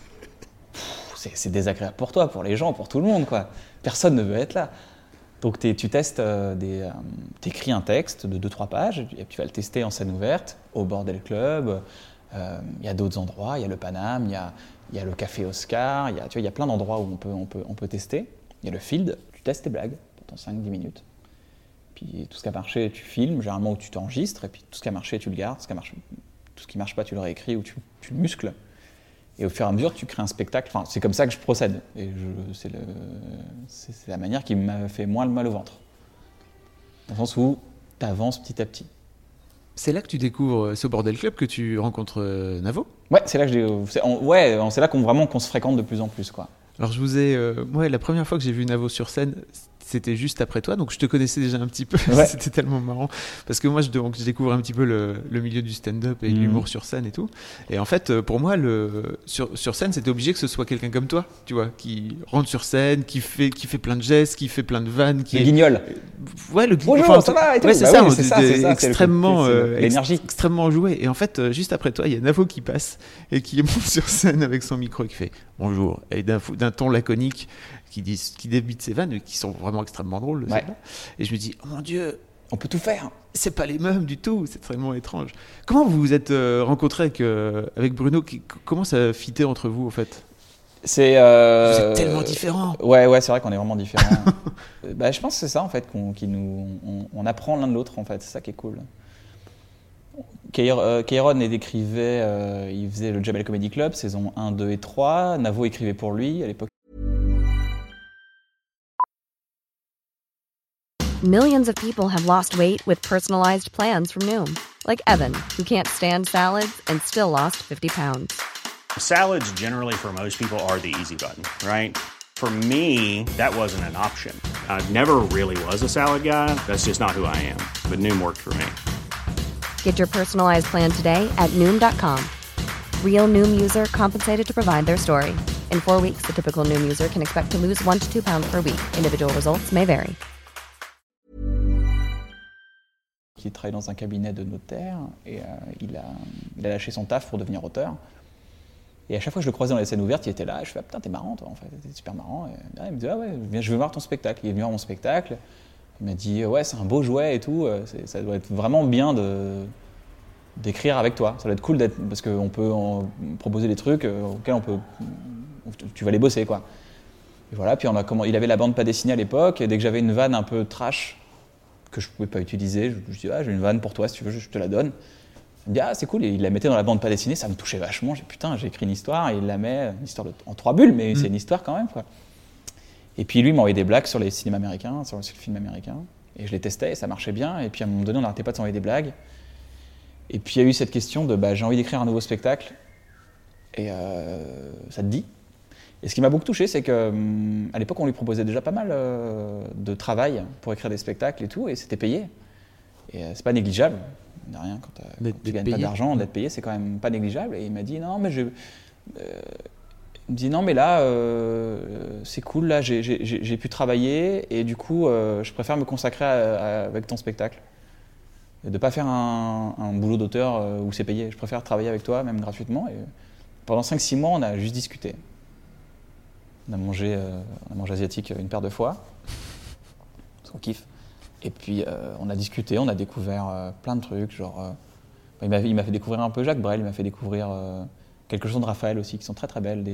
C'est désagréable pour toi, pour les gens, pour tout le monde, quoi. Personne ne veut être là. Donc tu testes, t'écris un texte de 2-3 pages, et tu vas le tester en scène ouverte, au Bordel Club. Il y a d'autres endroits, il y a le Paname, il y a le Café Oscar, il y a plein d'endroits où on peut tester. Il y a le Field, tu testes tes blagues pendant 5-10 minutes. Puis tout ce qui a marché, tu filmes, généralement où tu t'enregistres, et puis tout ce qui a marché, tu le gardes. Tout ce qui ne marche pas, tu le réécris ou tu le muscles. Et au fur et à mesure, tu crées un spectacle. Enfin, c'est comme ça que je procède. Et c'est la manière qui m'a fait moins le mal au ventre. Dans le sens où tu avances petit à petit. C'est là que tu découvres, c'est au Bordel Club que tu rencontres Navo ? Ouais, c'est là que c'est là qu'on se fréquente de plus en plus, quoi. Alors je vous ai, la première fois que j'ai vu Navo sur scène, c'était juste après toi, donc je te connaissais déjà un petit peu. Ouais. C'était tellement marrant parce que moi je découvre un petit peu le milieu du stand-up et l'humour sur scène et tout. Et en fait, pour moi, sur scène, c'était obligé que ce soit quelqu'un comme toi, tu vois, qui rentre sur scène, qui fait plein de gestes, qui fait plein de vannes, le guignol. Ouais, le guignol. Bonjour, ça va et tout. Ouais, c'est ça, extrêmement, l'énergie, extrêmement joué. Et en fait, juste après toi, il y a Navo qui passe et qui monte sur scène avec son micro et qui fait bonjour et d'un ton laconique. Qui débite ses vannes, qui sont vraiment extrêmement drôles. Ouais. Et je me dis, oh mon Dieu, on peut tout faire. C'est pas les mêmes du tout, c'est vraiment étrange. Comment vous vous êtes rencontrés avec Bruno ? Comment ça a fité entre vous, en fait ? Vous êtes tellement différents. Ouais, c'est vrai qu'on est vraiment différents. Je pense que c'est ça, en fait, on apprend l'un de l'autre, en fait. C'est ça qui est cool. Kairon écrivait, il faisait le Jamel Comedy Club, saison 1, 2 et 3. Navo écrivait pour lui à l'époque. Millions of people have lost weight with personalized plans from Noom. Like Evan, who can't stand salads and still lost 50 pounds. Salads generally for most people are the easy button, right? For me, that wasn't an option. I never really was a salad guy. That's just not who I am. But Noom worked for me. Get your personalized plan today at Noom.com. Real Noom user compensated to provide their story. In 4 weeks, the typical Noom user can expect to lose 1 to 2 pounds per week. Individual results may vary. Qui travaille dans un cabinet de notaire et il a lâché son taf pour devenir auteur. Et à chaque fois que je le croisais dans les scènes ouvertes, il était là. Je fais putain, t'es marrant, toi, en fait, t'es super marrant. Et il me dit je veux voir ton spectacle. Il est venu voir mon spectacle. Il m'a dit ouais, c'est un beau jouet et tout. Ça doit être vraiment bien d'écrire avec toi. Ça doit être cool parce qu'on peut proposer des trucs auxquels tu vas les bosser, quoi. Et voilà. Puis il avait la bande pas dessinée à l'époque. Et dès que j'avais une vanne un peu trash que je ne pouvais pas utiliser, je dis j'ai une vanne pour toi, si tu veux, je te la donne. Il me dit c'est cool, et il la mettait dans la bande pas dessinée, ça me touchait vachement. J'ai écrit une histoire, et il la met, une histoire en 3 bulles, mais c'est une histoire quand même, quoi. Et puis lui, il m'a envoyé des blagues sur les cinémas américains, sur le film américain, et je les testais, et ça marchait bien. Et puis à un moment donné, on n'arrêtait pas de s'envoyer des blagues. Et puis il y a eu cette question de j'ai envie d'écrire un nouveau spectacle, et ça te dit ? Et ce qui m'a beaucoup touché, c'est qu'à l'époque, on lui proposait déjà pas mal de travail pour écrire des spectacles et tout, et c'était payé. Et c'est pas négligeable, de rien, quand tu gagnes pas d'argent, d'être payé, c'est quand même pas négligeable. Et il m'a dit non, mais là, c'est cool, là, j'ai pu travailler, et du coup, je préfère me consacrer avec ton spectacle. Et de pas faire un boulot d'auteur où c'est payé. Je préfère travailler avec toi, même gratuitement. Et pendant 5-6 mois, on a juste discuté. On a mangé asiatique une paire de fois, parce qu'on kiffe. Et puis on a discuté, on a découvert plein de trucs, genre il m'a fait découvrir un peu Jacques Brel, il m'a fait découvrir quelques chansons de Raphaël aussi qui sont très très belles,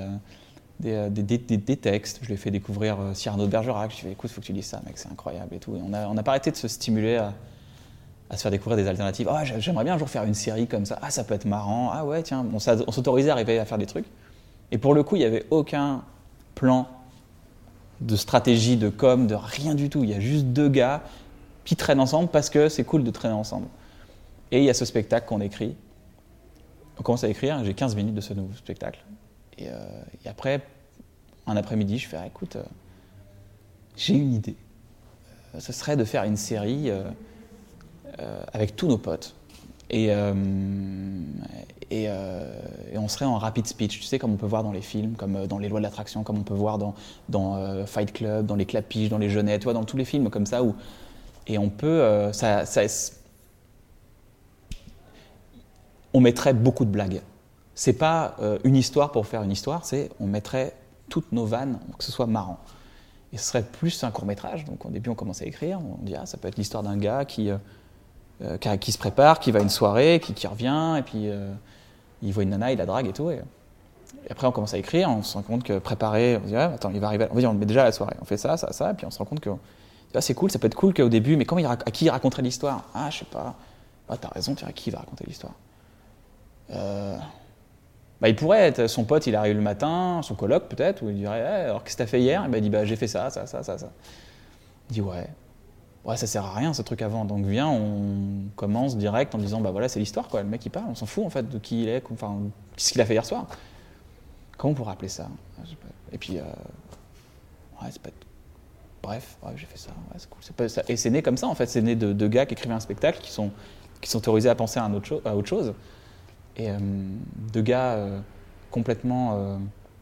des textes. Je lui ai fait découvrir Cyrano de Bergerac. Je lui ai dit écoute, faut que tu lises ça, mec, c'est incroyable et tout. Et on n'a pas arrêté de se stimuler à se faire découvrir des alternatives. J'aimerais bien un jour faire une série comme ça. Ça peut être marrant. Ah ouais, tiens, on s'autorisait à arriver à faire des trucs. Et pour le coup, il n'y avait aucun plan de stratégie, de com, de rien du tout. Il y a juste 2 gars qui traînent ensemble parce que c'est cool de traîner ensemble. Et il y a ce spectacle qu'on écrit. On commence à écrire, j'ai 15 minutes de ce nouveau spectacle. Et après, un après-midi, je fais écoute, j'ai une idée. Ce serait de faire une série avec tous nos potes. Et on serait en rapid speech, tu sais, comme on peut voir dans les films, comme dans Les Lois de l'attraction, comme on peut voir dans Fight Club, dans Les Clapiches, dans Les Jeunets, tu vois, dans tous les films comme ça. Et on peut... on mettrait beaucoup de blagues. C'est pas une histoire pour faire une histoire, on mettrait toutes nos vannes, que ce soit marrant. Et ce serait plus un court-métrage. Donc au début, on commence à écrire, on dit ça peut être l'histoire d'un gars qui se prépare, qui va à une soirée, qui revient, et puis il voit une nana, il la drague et tout. Et après, on commence à écrire, on se rend compte que préparer, on se dit attends, il va arriver, on met déjà à la soirée, on fait ça, et puis on se rend compte que c'est cool, ça peut être cool qu'au début, mais à qui il raconterait l'histoire? Ah, je sais pas. Ah, t'as raison, à qui il va raconter l'histoire? Il pourrait être son pote, il arrive le matin, son coloc peut-être, où il dirait alors qu'est-ce que t'as fait hier? Il dit j'ai fait ça. Il dit ouais, ça sert à rien ce truc avant, donc viens, on commence direct en disant voilà, c'est l'histoire quoi, le mec il parle, on s'en fout en fait de qui il est, enfin qu'est-ce qu'il a fait hier soir. Comment on pourrait appeler ça? Et puis c'est pas... Bref, j'ai fait ça, c'est cool. Et c'est né comme ça en fait, c'est né de deux gars qui écrivaient un spectacle, qui sont autorisés à penser à autre chose. Et deux gars complètement...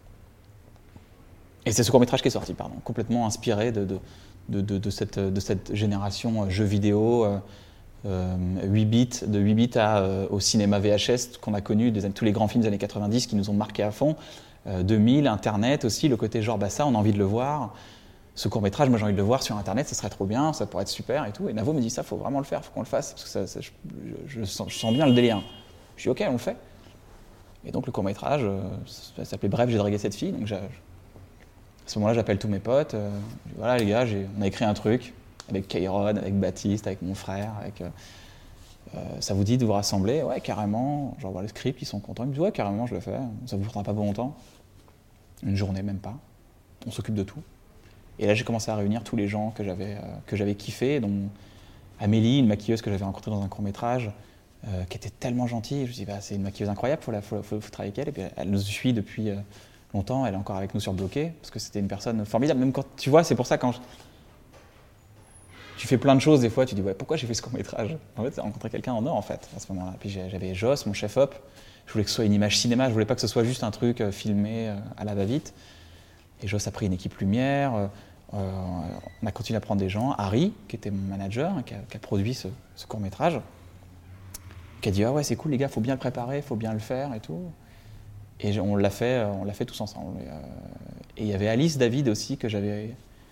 Et c'est ce court-métrage qui est sorti, complètement inspiré de cette génération jeux vidéo, 8 bits, de 8 bits au cinéma VHS qu'on a connu, tous les grands films des années 90 qui nous ont marqués à fond, 2000, Internet aussi, le côté genre ça, on a envie de le voir. Ce court-métrage, moi j'ai envie de le voir sur Internet, ça serait trop bien, ça pourrait être super et tout. Et Navo me dit ça, faut vraiment le faire, faut qu'on le fasse, parce que je sens bien le délire. Je dis ok, on le fait. Et donc le court-métrage, ça s'appelait Bref, j'ai dragué cette fille. Donc à ce moment-là, j'appelle tous mes potes. Voilà les gars, on a écrit un truc avec Kairon, avec Baptiste, avec mon frère. Ça vous dit de vous rassembler? Ouais, carrément. J'envoie le script, ils sont contents. Ils me disent ouais, carrément, je le fais. Ça vous prendra pas longtemps. Une journée, même pas. On s'occupe de tout. Et là, j'ai commencé à réunir tous les gens que j'avais kiffé, dont Amélie, une maquilleuse que j'avais rencontrée dans un court-métrage. Qui était tellement gentille, je me suis dit c'est une maquilleuse incroyable, faut travailler avec elle, et puis elle nous suit depuis longtemps, elle est encore avec nous sur Bloqué, parce que c'était une personne formidable, même quand, tu vois, c'est pour ça quand tu fais plein de choses des fois, tu dis pourquoi j'ai fait ce court-métrage? En fait, j'ai rencontré quelqu'un en or en fait, à ce moment-là, puis j'avais Joss, mon chef-op, je voulais que ce soit une image cinéma, je voulais pas que ce soit juste un truc filmé à la va-vite, et Joss a pris une équipe lumière, on a continué à prendre des gens, Harry, qui était mon manager, qui a produit ce court-métrage, qui a dit ouais c'est cool les gars, faut bien le préparer, faut bien le faire et tout. Et on l'a fait tous ensemble. Et il y avait Alice David aussi que j'avais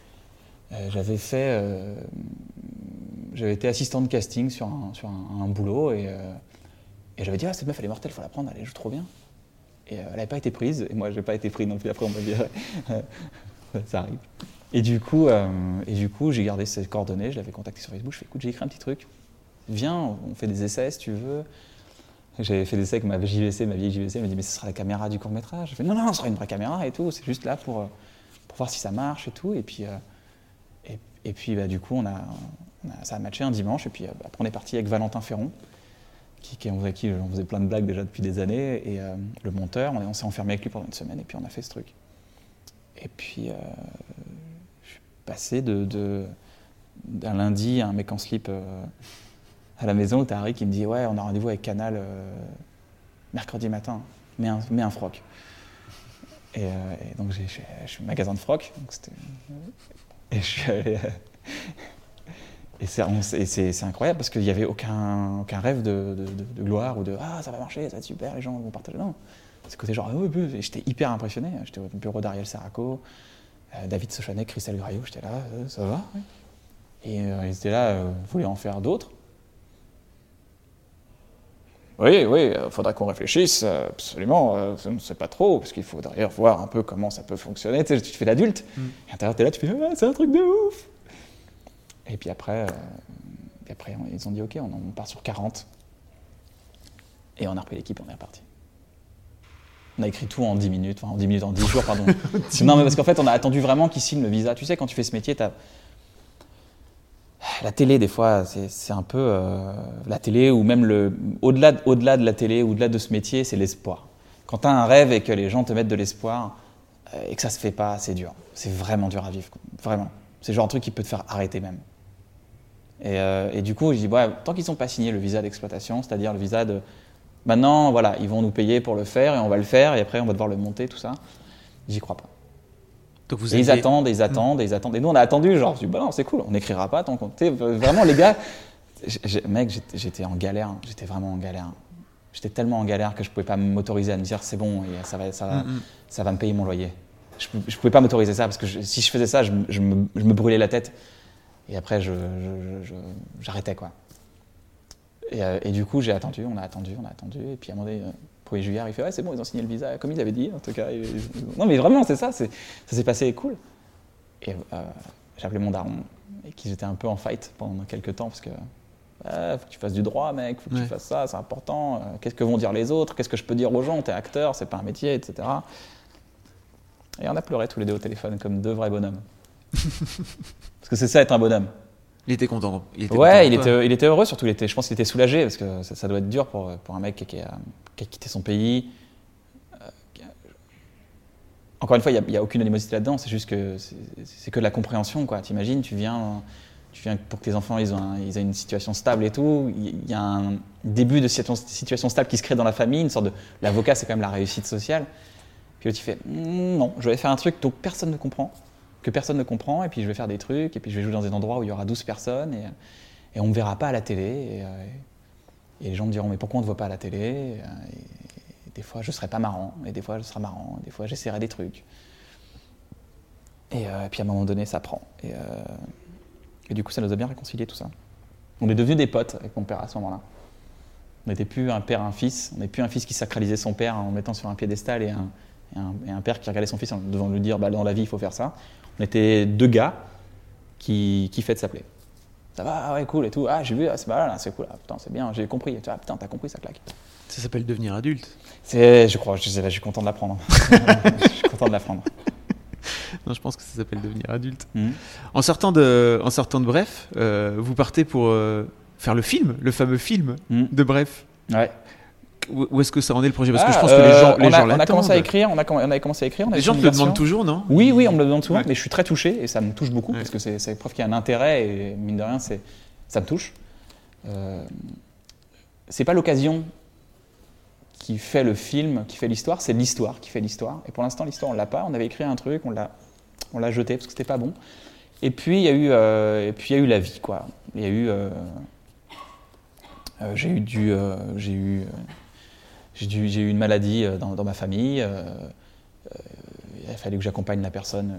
été assistant de casting sur un boulot et j'avais dit cette meuf elle est mortelle, faut la prendre, elle joue trop bien. Et elle n'avait pas été prise et moi j'ai pas été pris non plus. Après on m'a dit ça arrive. Et du coup j'ai gardé ses coordonnées, je l'avais contacté sur Facebook, je fais écoute j'ai écrit un petit truc. Viens, on fait des essais si tu veux. J'avais fait des essais avec ma vieille JVC, elle m'a dit mais ce sera la caméra du court-métrage. J'ai fait non, ce sera une vraie caméra et tout, c'est juste là pour voir si ça marche et tout. Et puis du coup, ça a matché un dimanche et puis après on est parti avec Valentin Ferron, avec qui on faisait plein de blagues déjà depuis des années, et le monteur, on s'est enfermé avec lui pendant une semaine et puis on a fait ce truc. Et puis je suis passé d'un lundi à un mec en slip à la maison où t'as Harry qui me dit ouais on a rendez-vous avec Canal mercredi matin, mets un froc. Et donc je suis au magasin de froc, donc et je suis allé et c'est incroyable parce qu'il n'y avait aucun rêve de gloire ou de ça va marcher, ça va être super, les gens vont partager. Non, c'est côté genre et j'étais hyper impressionné. J'étais au bureau d'Ariel Saraco, David Sochanek, Christelle Graillot, j'étais là, ça va ouais. Et ils étaient là, vous voulez en faire d'autres? Oui, il faudra qu'on réfléchisse, absolument, on ne sait pas trop, parce qu'il faut d'ailleurs voir un peu comment ça peut fonctionner. Tu sais, tu fais l'adulte, et à l'intérieur, tu es là, tu fais c'est un truc de ouf. Et puis après, ils ont dit ok, on part sur 40. Et on a repris l'équipe et on est reparti. On a écrit tout en 10 minutes, en 10 jours, pardon. Non, mais parce qu'en fait, on a attendu vraiment qu'ils signent le visa. Tu sais, quand tu fais ce métier, la télé, des fois, c'est un peu la télé, ou même au-delà de la télé, au-delà de ce métier, c'est l'espoir. Quand tu as un rêve et que les gens te mettent de l'espoir et que ça se fait pas, c'est dur. C'est vraiment dur à vivre, vraiment. C'est le genre de truc qui peut te faire arrêter même. Et du coup, je dis, tant qu'ils n'ont pas signé le visa d'exploitation, c'est-à-dire le visa de... Maintenant, voilà, ils vont nous payer pour le faire et on va le faire et après on va devoir le monter, tout ça. J'y crois pas. Donc ils attendent. Et nous, on a attendu, genre, je dis, non, c'est cool, on n'écrira pas tant qu'on... Vraiment, les gars, mec, j'étais en galère, j'étais vraiment en galère. J'étais tellement en galère que je pouvais pas m'autoriser à me dire, c'est bon, et ça va me payer mon loyer. Je pouvais pas m'autoriser ça, parce que si je faisais ça, je me brûlais la tête. Et après, j'arrêtais, quoi. Et du coup, on a attendu. Et puis à un moment donné, 1er juillet, il fait, ouais, c'est bon, ils ont signé le visa, comme ils avaient dit, en tout cas. Non, mais vraiment, c'est ça, ça s'est passé cool. Et j'ai appelé mon daron, et qui j'étais un peu en fight pendant quelques temps, parce que faut que tu fasses du droit, mec, faut que tu fasses ça, c'est important. Qu'est-ce que vont dire les autres? Qu'est-ce que je peux dire aux gens? T'es acteur, c'est pas un métier, etc. Et on a pleuré tous les deux au téléphone comme deux vrais bonhommes. Parce que c'est ça, être un bonhomme. Il était content. Il était heureux, surtout. Je pense qu'il était soulagé, parce que ça doit être dur pour un mec qui a quitté son pays. Encore une fois, il n'y a aucune animosité là-dedans, c'est juste que c'est que de la compréhension, quoi. T'imagines, tu viens pour que tes enfants ils aient une situation stable et tout. Il y a un début de situation stable qui se crée dans la famille, une sorte de... L'avocat, c'est quand même la réussite sociale. Puis là, tu fais, non, je vais faire un truc dont personne ne comprend. Que personne ne comprend, et puis je vais faire des trucs, et puis je vais jouer dans des endroits où il y aura 12 personnes, et on ne me verra pas à la télé, et les gens me diront, mais pourquoi on ne te voit pas à la télé? Et des fois, je ne serai pas marrant, et des fois, je serai marrant, et des fois, j'essaierai des trucs. Et puis à un moment donné, ça prend. Et du coup, ça nous a bien réconcilié tout ça. On est devenus des potes avec mon père à ce moment-là. On n'était plus un père et un fils, on n'est plus un fils qui sacralisait son père en le mettant sur un piédestal, et un père qui regardait son fils en devant lui dire, dans la vie, il faut faire ça. On était deux gars qui kiffaient de s'appeler. Ça va, ouais, cool et tout. Ah, j'ai vu, c'est pas là, c'est cool. Ah, putain, c'est bien, j'ai compris. Ah, putain, t'as compris, ça claque. Ça s'appelle devenir adulte. Je crois, je suis content de l'apprendre. Je suis content de l'apprendre. Non, je pense que ça s'appelle devenir adulte. En sortant de Bref, vous partez pour faire le fameux film de Bref. Ouais. Où est-ce que ça en est le projet? Parce que je pense que les gens l'attendent. On a commencé à écrire, on avait commencé à écrire. Les gens te le demandent toujours, non? Oui, on me le demande souvent, mais je suis très touché et ça me touche beaucoup parce que c'est preuve qu'il y a un intérêt et mine de rien, ça me touche. C'est pas l'occasion qui fait le film, qui fait l'histoire, c'est l'histoire qui fait l'histoire. Et pour l'instant, l'histoire, on l'a pas. On avait écrit un truc, on l'a jeté parce que c'était pas bon. Et puis il y a eu la vie, quoi. Il y a eu j'ai eu une maladie dans ma famille. Il a fallu que j'accompagne la personne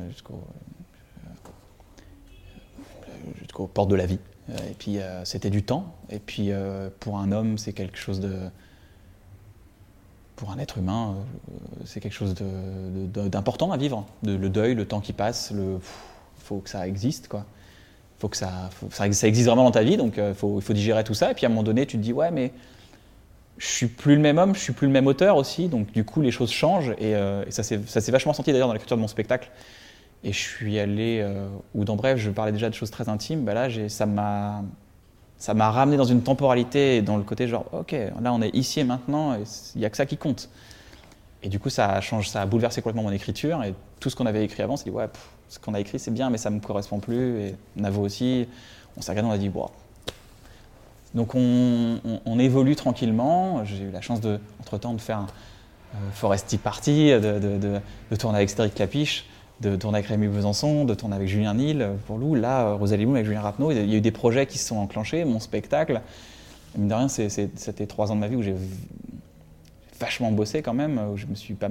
jusqu'aux portes de la vie. Et puis c'était du temps. Et puis pour un homme, c'est quelque chose de... Pour un être humain, c'est quelque chose d'important à vivre. Le deuil, le temps qui passe, il faut que ça existe, quoi. Il faut que ça existe vraiment dans ta vie, donc il faut digérer tout ça. Et puis à un moment donné, tu te dis, ouais, mais je suis plus le même homme, je suis plus le même auteur aussi, donc du coup les choses changent. Et ça s'est vachement senti d'ailleurs dans l'écriture de mon spectacle. Et je suis allé, ou dans Bref, je parlais déjà de choses très intimes, bah là ça m'a ramené dans une temporalité, et dans le côté genre, ok, là on est ici et maintenant, et il n'y a que ça qui compte. Et du coup ça a bouleversé complètement mon écriture, et tout ce qu'on avait écrit avant, c'est dit, ouais, ce qu'on a écrit c'est bien, mais ça ne me correspond plus, et Navo aussi. On s'est regardé, on a dit, wow. Donc on évolue tranquillement. J'ai eu la chance entre-temps de faire un Forest Tea Party, de tourner avec Cédric Clapiche, de tourner avec Rémi Besançon, de tourner avec Julien Nil pour Lou. Là, Rosalie Moon avec Julien Rapneau. Il y a eu des projets qui se sont enclenchés, mon spectacle. Et mine de rien, c'était 3 ans de ma vie où j'ai vachement bossé quand même, où je me suis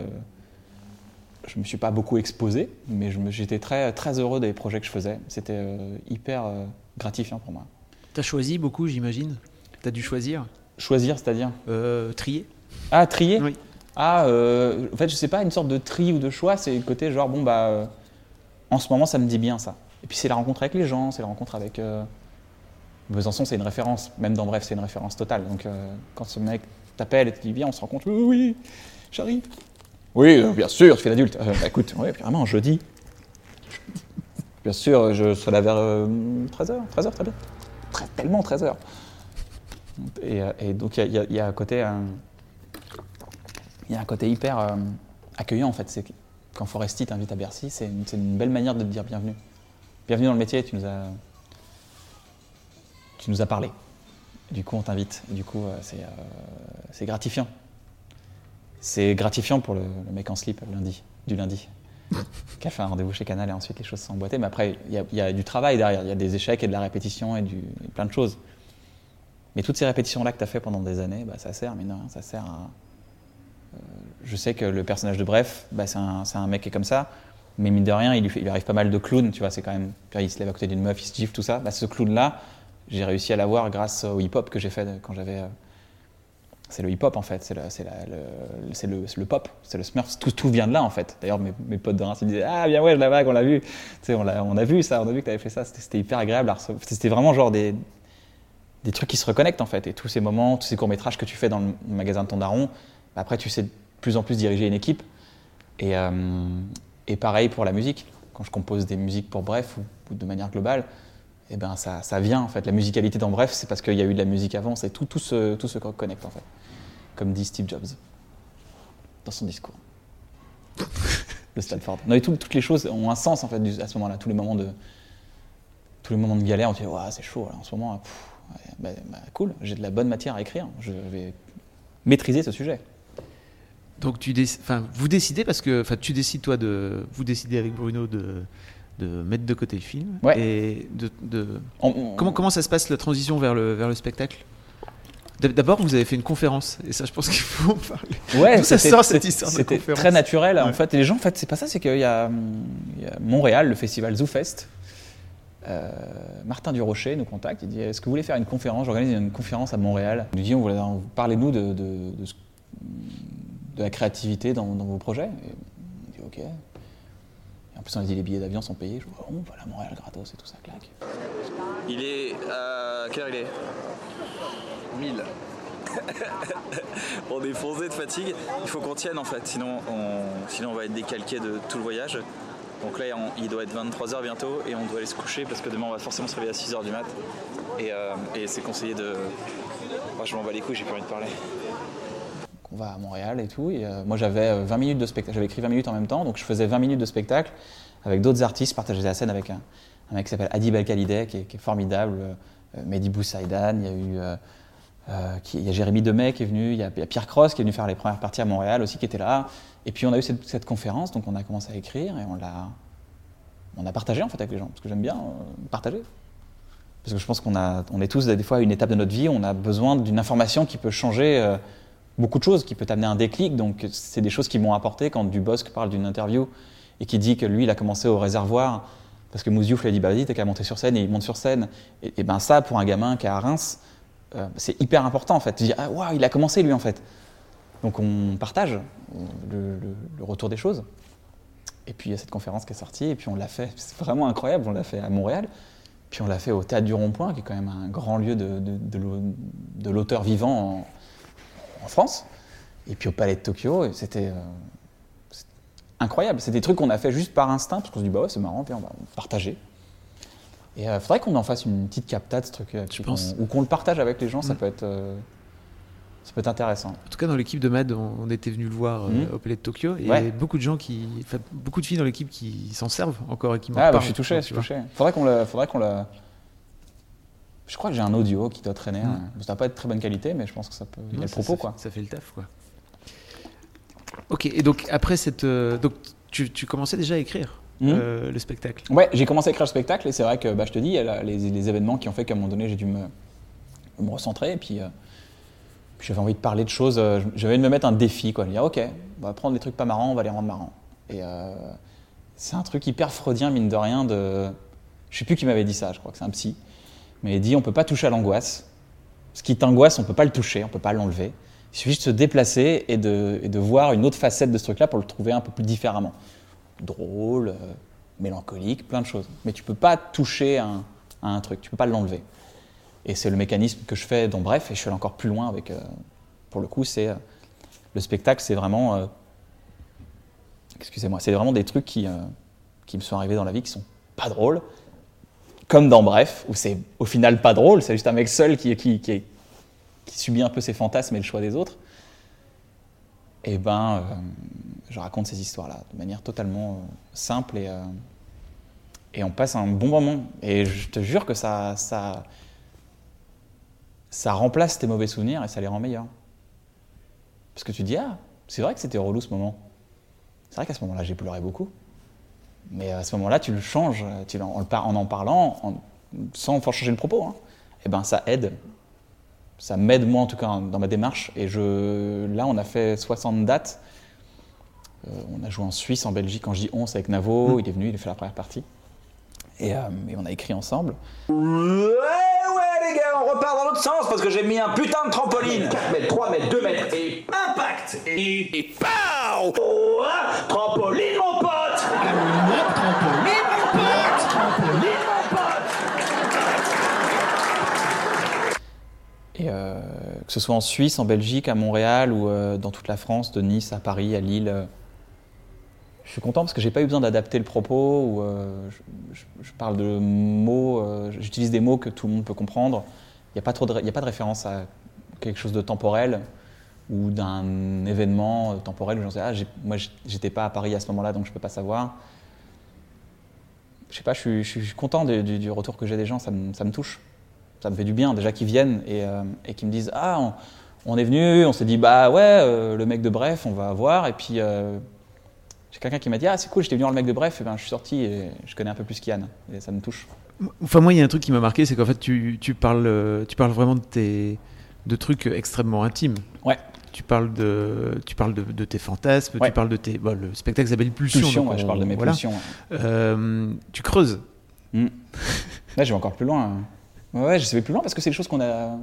pas beaucoup exposé, mais j'étais très, très heureux des projets que je faisais. C'était hyper gratifiant pour moi. T'as choisi beaucoup, j'imagine? T'as dû choisir? Choisir, c'est-à-dire? Trier. Ah, trier? Oui. Ah, en fait, je sais pas, une sorte de tri ou de choix, c'est le côté genre, bon, bah, en ce moment, ça me dit bien, ça. Et puis, c'est la rencontre avec les gens, c'est la rencontre avec... Besançon, c'est une référence, même dans Bref, c'est une référence totale. Donc, quand ce mec t'appelle et te dit, viens, on se rencontre, oui, j'arrive. Oui, bien sûr, tu fais l'adulte. Bah, écoute, oui, vraiment, jeudi. Bien sûr, je serai là vers 13h, très bien. Tellement 13h. Et donc il y a un côté hyper accueillant en fait. C'est quand Foresti t'invite à Bercy, c'est une belle manière de te dire bienvenue. Bienvenue dans le métier, tu tu nous as parlé. Du coup, on t'invite. Du coup, c'est gratifiant. C'est gratifiant pour le mec en slip du lundi, qui a fait un rendez-vous chez Canal et ensuite les choses sont emboîtées. Mais après, il y a du travail derrière. Il y a des échecs et de la répétition et plein de choses. Mais toutes ces répétitions-là que tu as fait pendant des années, ça sert, mine de rien, ça sert à... je sais que le personnage de Bref, c'est un mec qui est comme ça, mais mine de rien, il lui arrive pas mal de clowns, tu vois, c'est quand même... Il se lève à côté d'une meuf, il se gifle, tout ça. Ce clown-là, j'ai réussi à l'avoir grâce au hip-hop que j'ai fait quand j'avais... C'est le hip-hop, en fait, c'est le pop, c'est le Smurf, tout vient de là, en fait. D'ailleurs, mes potes de Reims, ils me disaient « Ah, bien ouais, la vague, on l'a vu !» Tu sais, on a vu ça, on a vu que tu avais fait ça, c'était hyper agréable. C'était vraiment genre des trucs qui se reconnectent, en fait. Et tous ces moments, tous ces courts-métrages que tu fais dans le magasin de ton daron, après, tu sais de plus en plus diriger une équipe. Et pareil pour la musique. Quand je compose des musiques pour Bref ou de manière globale, ça vient, en fait. La musicalité dans Bref, c'est parce qu'il y a eu de la musique avant. C'est tout se connecte, en fait. Comme dit Steve Jobs dans son discours de Stanford. Non, et toutes les choses ont un sens, en fait, à ce moment-là. Tous les moments de galère, on se dit « c'est chaud, là, en ce moment. Cool, j'ai de la bonne matière à écrire. Je vais maîtriser ce sujet. » Donc vous décidez, parce que tu décides toi vous décidez avec Bruno de mettre de côté le film. Ouais. Et comment ça se passe la transition vers le spectacle? D'abord, vous avez fait une conférence, et ça, je pense qu'il faut en parler. Ouais, d'où ça sort cette histoire de conférence? C'était très naturel, ouais. En fait. Et les gens, en fait, c'est pas ça, c'est qu'il y a Montréal, le festival ZooFest. Martin Durocher nous contacte, il dit « Est-ce que vous voulez faire une conférence ? J'organise une conférence à Montréal. » Il nous dit « Parlez-nous de la créativité dans vos projets. » Et on dit « Ok. » Et en plus, on a dit « Les billets d'avion sont payés. » Je dis « Oh, voilà, Montréal gratos et tout ça, claque. » Il est... quelle heure il est 1000. On est foncé de fatigue. Il faut qu'on tienne, en fait, sinon on va être décalqué de tout le voyage. Donc là, il doit être 23h bientôt et on doit aller se coucher parce que demain, on va forcément se réveiller à 6h du mat. Et c'est conseillé de... Moi, je m'en bats les couilles, j'ai plus envie de parler. On va à Montréal et tout. Et moi, j'avais 20 minutes de spectacle. J'avais écrit 20 minutes en même temps, donc je faisais 20 minutes de spectacle avec d'autres artistes. Je partageais la scène avec un mec qui s'appelle Adib El-Khalideh, qui est formidable. Mehdi Boussaïdan, il y a Jérémy Demey qui est venu, il y a Pierre Cross qui est venu faire les premières parties à Montréal aussi, qui était là. Et puis on a eu cette conférence, donc on a commencé à écrire et on a partagé, en fait, avec les gens, parce que j'aime bien partager. Parce que je pense on est tous, des fois, à une étape de notre vie où on a besoin d'une information qui peut changer beaucoup de choses, qui peut t'amener un déclic. Donc c'est des choses qui m'ont apporté quand Dubosc parle d'une interview et qui dit que lui, il a commencé au Réservoir parce que Mouziouf lui a dit « Vas-y, t'as qu'à monter sur scène » et il monte sur scène. Et ça, pour un gamin qui est à Reims, c'est hyper important, en fait. Tu dis « Ah, waouh, il a commencé, lui, en fait ». Donc on partage le retour des choses. Et puis il y a cette conférence qui est sortie, et puis on l'a fait, c'est vraiment incroyable, on l'a fait à Montréal, puis on l'a fait au Théâtre du Rond-Point, qui est quand même un grand lieu de l'auteur vivant en France, et puis au Palais de Tokyo, et c'était incroyable. C'est des trucs qu'on a fait juste par instinct, parce qu'on se dit, bah ouais, c'est marrant, puis on va partager. Et il faudrait qu'on en fasse une petite capta, ce truc, ou qu'on le partage avec les gens, ça peut être intéressant. En tout cas, dans l'équipe de Mad, on était venu le voir au Palais de Tokyo. Et il y a beaucoup de gens beaucoup de filles dans l'équipe qui s'en servent encore et qui m'en parlent. Je suis touché. Faudrait qu'on le... Je crois que j'ai un audio qui doit traîner. Ça va pas être très bonne qualité, mais je pense que ça peut... Il y a le propos, quoi. Ça fait le taf, quoi. Ok, et donc après donc tu commençais déjà à écrire le spectacle. Ouais, j'ai commencé à écrire le spectacle, et c'est vrai que, je te dis, il y a les événements qui ont fait qu'à un moment donné, j'ai dû me recentrer, et puis j'avais envie de parler de choses, j'avais envie de me mettre un défi, quoi, de dire ok, on va prendre des trucs pas marrants, on va les rendre marrants. Et c'est un truc hyper freudien, mine de rien, je sais plus qui m'avait dit ça, je crois que c'est un psy, mais il dit on peut pas toucher à l'angoisse, ce qui t'angoisse on peut pas le toucher, on peut pas l'enlever, il suffit de se déplacer et de voir une autre facette de ce truc-là pour le trouver un peu plus différemment. Drôle, mélancolique, plein de choses, mais tu peux pas toucher à un truc, tu peux pas l'enlever. Et c'est le mécanisme que je fais dans Bref, et je suis allé encore plus loin avec, pour le coup, c'est le spectacle, c'est vraiment, c'est vraiment des trucs qui me sont arrivés dans la vie qui sont pas drôles, comme dans Bref, où c'est au final pas drôle, c'est juste un mec seul qui subit un peu ses fantasmes et le choix des autres. Et je raconte ces histoires-là de manière totalement simple et on passe un bon moment. Et je te jure que ça ça remplace tes mauvais souvenirs et ça les rend meilleurs. Parce que tu dis, ah, c'est vrai que c'était relou ce moment. C'est vrai qu'à ce moment-là, j'ai pleuré beaucoup. Mais à ce moment-là, tu le changes, en parlant, sans changer le propos. Hein. Et ben, ça aide. Ça m'aide, moi, en tout cas, dans ma démarche. Et là, on a fait 60 dates. On a joué en Suisse, en Belgique. Quand je dis on, c'est avec Navo. Il est venu, il a fait la première partie. Et on a écrit ensemble. Ouais, les gars, on repart dans l'autre sens parce que j'ai mis un putain de trampoline. 4 mètres, 3 mètres, 2 mètres et impact. Et pow. Oh, trampoline, mon pote. Trampoline, mon pote. Trampoline, mon pote. Et que ce soit en Suisse, en Belgique, à Montréal ou dans toute la France, de Nice à Paris, à Lille, je suis content parce que j'ai pas eu besoin d'adapter le propos. Ou, je parle de mots, j'utilise des mots que tout le monde peut comprendre. Il n'y a pas de référence à quelque chose de temporel ou d'un événement temporel où j'en sais, moi j'étais pas à Paris à ce moment-là donc je peux pas savoir. Je sais pas, je suis content du retour que j'ai des gens, ça me touche. Ça me fait du bien déjà qu'ils viennent et qu'ils me disent ah on est venu, on s'est dit bah ouais le mec de Bref on va voir et puis j'ai quelqu'un qui m'a dit ah c'est cool j'étais venu voir le mec de Bref et ben je suis sorti et je connais un peu plus Kian et ça me touche. Enfin moi il y a un truc qui m'a marqué c'est qu'en fait tu parles vraiment de trucs extrêmement intimes. Ouais. Tu parles de tes fantasmes, ouais. Tu parles de tes le spectacle s'appelle Pulsion. Ouais, je parle de mes pulsions. Ouais. Tu creuses. Là je vais encore plus loin. Ouais, je vais plus loin parce que c'est des choses qu'on a.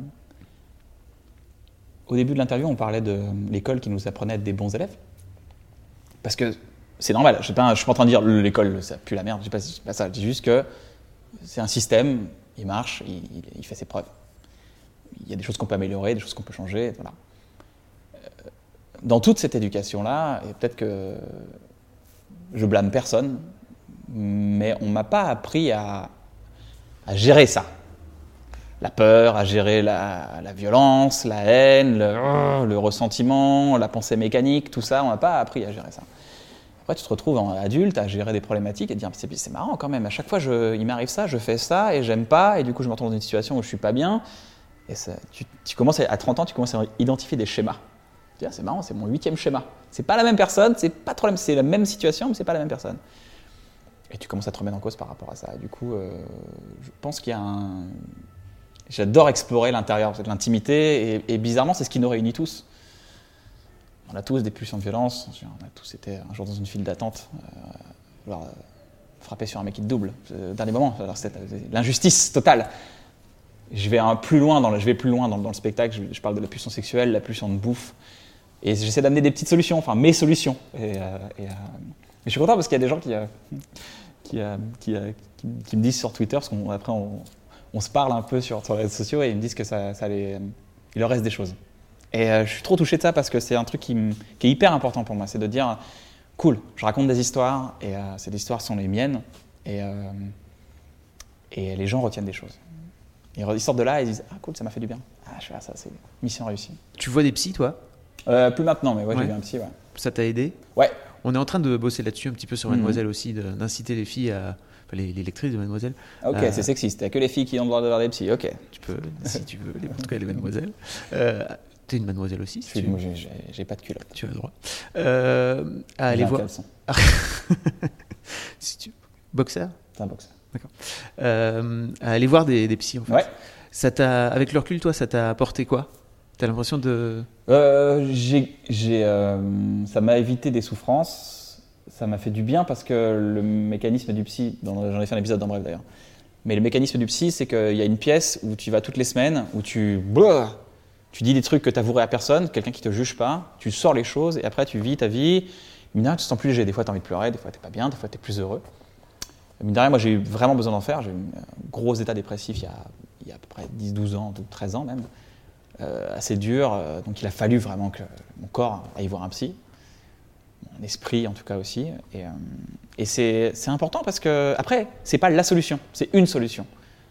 Au début de l'interview, on parlait de l'école qui nous apprenait à être des bons élèves. Parce que c'est normal, je suis pas en train de dire l'école, ça pue la merde, c'est pas ça. Je dis juste que c'est un système, il marche, il fait ses preuves. Il y a des choses qu'on peut améliorer, des choses qu'on peut changer, voilà. Dans toute cette éducation-là, et peut-être que je blâme personne, mais on m'a pas appris à gérer ça. La peur, à gérer la violence, la haine, le ressentiment, la pensée mécanique, tout ça, on n'a pas appris à gérer ça. Après, tu te retrouves en adulte à gérer des problématiques et te dire c'est marrant quand même, à chaque fois il m'arrive ça, je fais ça et j'aime pas, et du coup je me retrouve dans une situation où je suis pas bien. Et ça, tu commences à 30 ans, tu commences à identifier des schémas. Tu dis, c'est marrant, c'est mon 8e schéma. C'est pas la même personne, c'est la même situation, mais c'est pas la même personne. Et tu commences à te remettre en cause par rapport à ça. Et du coup, je pense qu'il y a J'adore explorer l'intérieur, l'intimité, et bizarrement, c'est ce qui nous réunit tous. On a tous des pulsions de violence, on a tous été un jour dans une file d'attente, frapper sur un mec qui te double, dernier moment, alors c'est l'injustice totale. Je vais plus loin dans le spectacle, je parle de la pulsion sexuelle, la pulsion de bouffe, et j'essaie d'amener des petites solutions, enfin mes solutions. Et je suis content parce qu'il y a des gens qui me disent sur Twitter, parce qu'après on se parle un peu sur les réseaux sociaux et ils me disent que il leur reste des choses. Et je suis trop touché de ça parce que c'est un truc qui est hyper important pour moi, c'est de dire cool, je raconte des histoires et ces histoires sont les miennes et les gens retiennent des choses. Ils sortent de là et ils disent ah cool, ça m'a fait du bien. Ah je fais ça, c'est mission réussie. Tu vois des psys toi ? Plus maintenant, mais ouais, j'ai vu un psy. Ouais. Ça t'a aidé ? Ouais. On est en train de bosser là-dessus un petit peu sur Mademoiselle aussi, d'inciter les filles les lectrices de Mademoiselle. Ok, c'est sexiste. Il n'y a que les filles qui ont le droit de voir des psys. Ok. Tu peux, si tu veux, en tout cas les Mademoiselles. T'es une Mademoiselle aussi si moi, j'ai pas de culotte. Tu as le droit. À aller voir. Si tu... Boxer ? C'est un boxeur. D'accord. À aller voir des psys en fait. Ouais. Avec le recul, toi, ça t'a apporté quoi ? T'as l'impression de... Ça m'a évité des souffrances. Ça m'a fait du bien parce que le mécanisme du psy, j'en ai fait un épisode dans Bref d'ailleurs, mais le mécanisme du psy, c'est qu'il y a une pièce où tu vas toutes les semaines, où tu dis des trucs que tu avouerais à personne, quelqu'un qui te juge pas, tu sors les choses et après tu vis ta vie. Mine de rien, tu te sens plus léger. Des fois, tu as envie de pleurer, des fois, tu n'es pas bien, des fois, tu es plus heureux. Mine de rien, moi, j'ai eu vraiment besoin d'en faire. J'ai eu un gros état dépressif il y a à peu près 10-12 ans, 13 ans même, assez dur. Donc, il a fallu vraiment que mon corps aille voir un psy. Mon esprit en tout cas aussi, et c'est important parce que après c'est pas la solution, c'est une solution.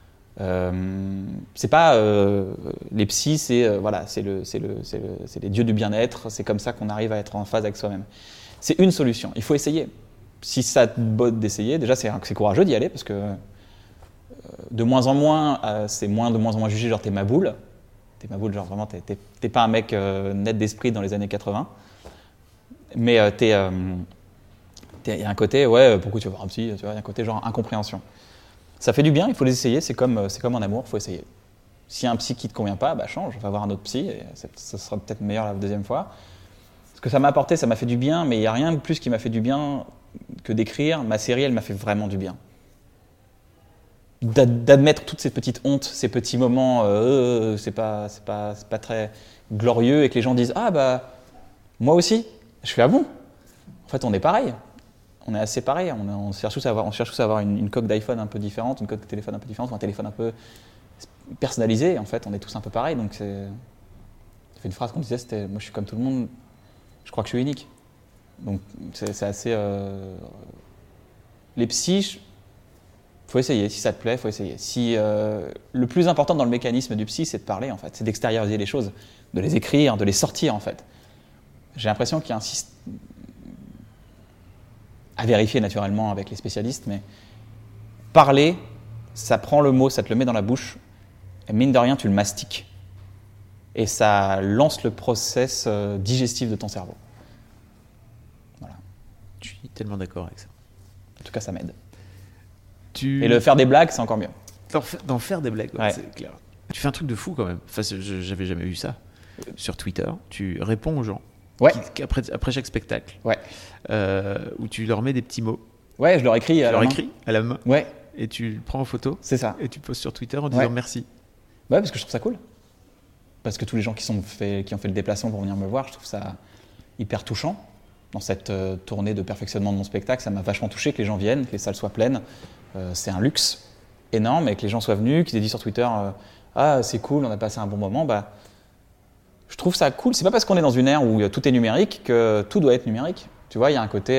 C'est pas les psys, c'est les dieux du bien-être, c'est comme ça qu'on arrive à être en phase avec soi-même. C'est une solution, il faut essayer. Si ça te botte d'essayer, déjà c'est courageux d'y aller parce que de moins en moins c'est de moins en moins jugé, genre t'es ma boule. t'es ma boule, genre vraiment, t'es pas un mec net d'esprit dans les années 80. Mais il y a un côté, pourquoi tu veux voir un psy, tu vois, il y a un côté genre incompréhension. Ça fait du bien, il faut les essayer, c'est comme en amour, il faut essayer. Si un psy qui ne te convient pas, change, va voir un autre psy, et ça sera peut-être meilleur la deuxième fois. Ce que ça m'a apporté, ça m'a fait du bien, mais il n'y a rien de plus qui m'a fait du bien que d'écrire. Ma série, elle m'a fait vraiment du bien. D'admettre toutes ces petites hontes, ces petits moments, c'est pas très glorieux, et que les gens disent « Ah bah, moi aussi ». Je fais « Ah bon ?» En fait, on est pareil. On est assez pareil. On cherche tous à avoir une coque d'iPhone un peu différente, une coque de téléphone un peu différente, ou un téléphone un peu personnalisé. En fait, on est tous un peu pareil. Donc, ça fait une phrase qu'on disait, c'était « Moi, je suis comme tout le monde. Je crois que je suis unique. » Donc, c'est assez... Les psys, faut essayer. Si ça te plaît, faut essayer. Le plus important dans le mécanisme du psy, c'est de parler, en fait. C'est d'extérioriser les choses, de les écrire, de les sortir, en fait. J'ai l'impression qu'il y a un système à vérifier naturellement avec les spécialistes, mais parler, ça prend le mot, ça te le met dans la bouche, et mine de rien, tu le mastiques. Et ça lance le process digestif de ton cerveau. Voilà. Je suis tellement d'accord avec ça. En tout cas, ça m'aide. Et le faire des blagues, c'est encore mieux. D'en faire des blagues, ouais. C'est clair. Tu fais un truc de fou quand même. Enfin, j'avais jamais vu ça. Sur Twitter, tu réponds aux gens. Ouais. Après chaque spectacle. Ouais. Où tu leur mets des petits mots. Ouais, je leur écris à la main. Ouais. Et tu le prends en photo. C'est ça. Et tu postes sur Twitter en disant merci. Ouais, parce que je trouve ça cool. Parce que tous les gens qui ont fait le déplacement pour venir me voir, je trouve ça hyper touchant. Dans cette tournée de perfectionnement de mon spectacle, ça m'a vachement touché que les gens viennent, que les salles soient pleines. C'est un luxe énorme, et que les gens soient venus, qu'ils aient dit sur Twitter ah, c'est cool, on a passé un bon moment. Je trouve ça cool. C'est pas parce qu'on est dans une ère où tout est numérique que tout doit être numérique. Tu vois, il y a un côté...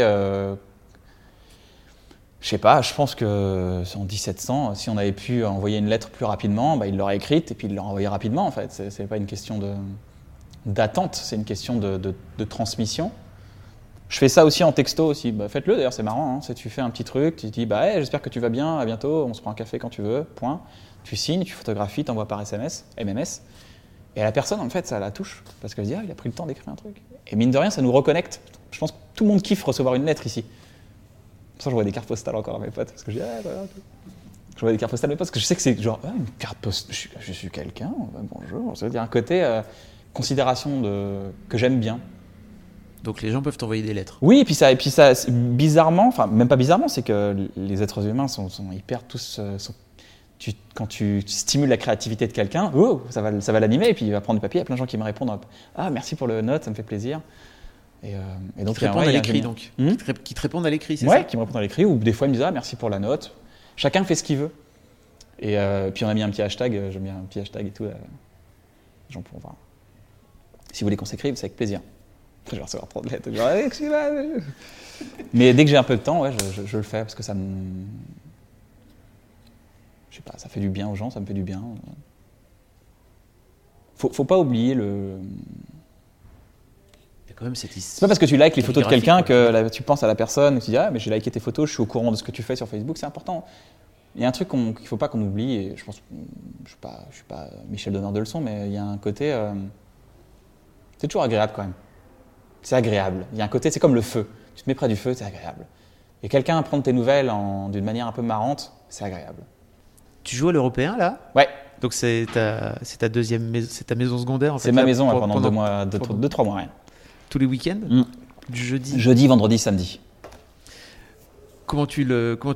je sais pas, je pense que en 1700, si on avait pu envoyer une lettre plus rapidement, il l'aurait écrite et puis il l'aurait envoyée rapidement, en fait. C'est pas une question d'attente, c'est une question de transmission. Je fais ça aussi en texto aussi. Faites-le d'ailleurs, c'est marrant. Si tu fais un petit truc, tu te dis hey, j'espère que tu vas bien, à bientôt, on se prend un café quand tu veux, point. Tu signes, tu photographies, t'envoies par SMS, MMS. Et à la personne, en fait, ça la touche. Parce qu'elle se dit il a pris le temps d'écrire un truc. Et mine de rien, ça nous reconnecte. Je pense que tout le monde kiffe recevoir une lettre ici. Pour ça, je vois des cartes postales encore à mes potes. Parce que je dis voilà. Je vois des cartes postales à mes potes parce que je sais que c'est genre une carte postale, je suis quelqu'un, bonjour. Ça veut dire un côté considération que j'aime bien. Donc les gens peuvent t'envoyer des lettres. Oui, et puis ça bizarrement, enfin même pas bizarrement, c'est que les êtres humains sont hyper tous. Quand tu stimules la créativité de quelqu'un, ça va l'animer, et puis il va prendre du papier. Il y a plein de gens qui me répondent ah merci pour le note, ça me fait plaisir. Et donc qui te répondent à l'écrit, donc. Qui te répondent à l'écrit, c'est ça ? Ouais, qui me répondent à l'écrit, ou des fois ils me disent merci pour la note. Chacun fait ce qu'il veut. Et puis on a mis un petit hashtag, j'aime bien un petit hashtag et tout. Les gens pourront voir. Si vous voulez qu'on s'écrive, c'est avec plaisir. Je vais recevoir trop de lettres. Mais dès que j'ai un peu de temps, je le fais parce que ça me. Je sais pas, ça fait du bien aux gens, ça me fait du bien. Faut pas oublier le. Il y a quand même cette histoire. C'est pas parce que tu likes les photos de quelqu'un que tu penses à la personne, que tu dis mais j'ai liké tes photos, je suis au courant de ce que tu fais sur Facebook, c'est important. Il y a un truc qu'il faut pas qu'on oublie, et je pense, je suis pas Michel donneur de leçons, mais il y a un côté, c'est toujours agréable quand même. C'est agréable. Il y a un côté, c'est comme le feu. Tu te mets près du feu, c'est agréable. Et quelqu'un prendre tes nouvelles d'une manière un peu marrante, c'est agréable. Tu joues à l'Européen là ? Ouais. Donc c'est ta maison secondaire en fait. C'est ma maison pendant 2-3 mois. Tous les week-ends ? Du jeudi ? Jeudi, vendredi, samedi. Comment tu l'appréhendes ?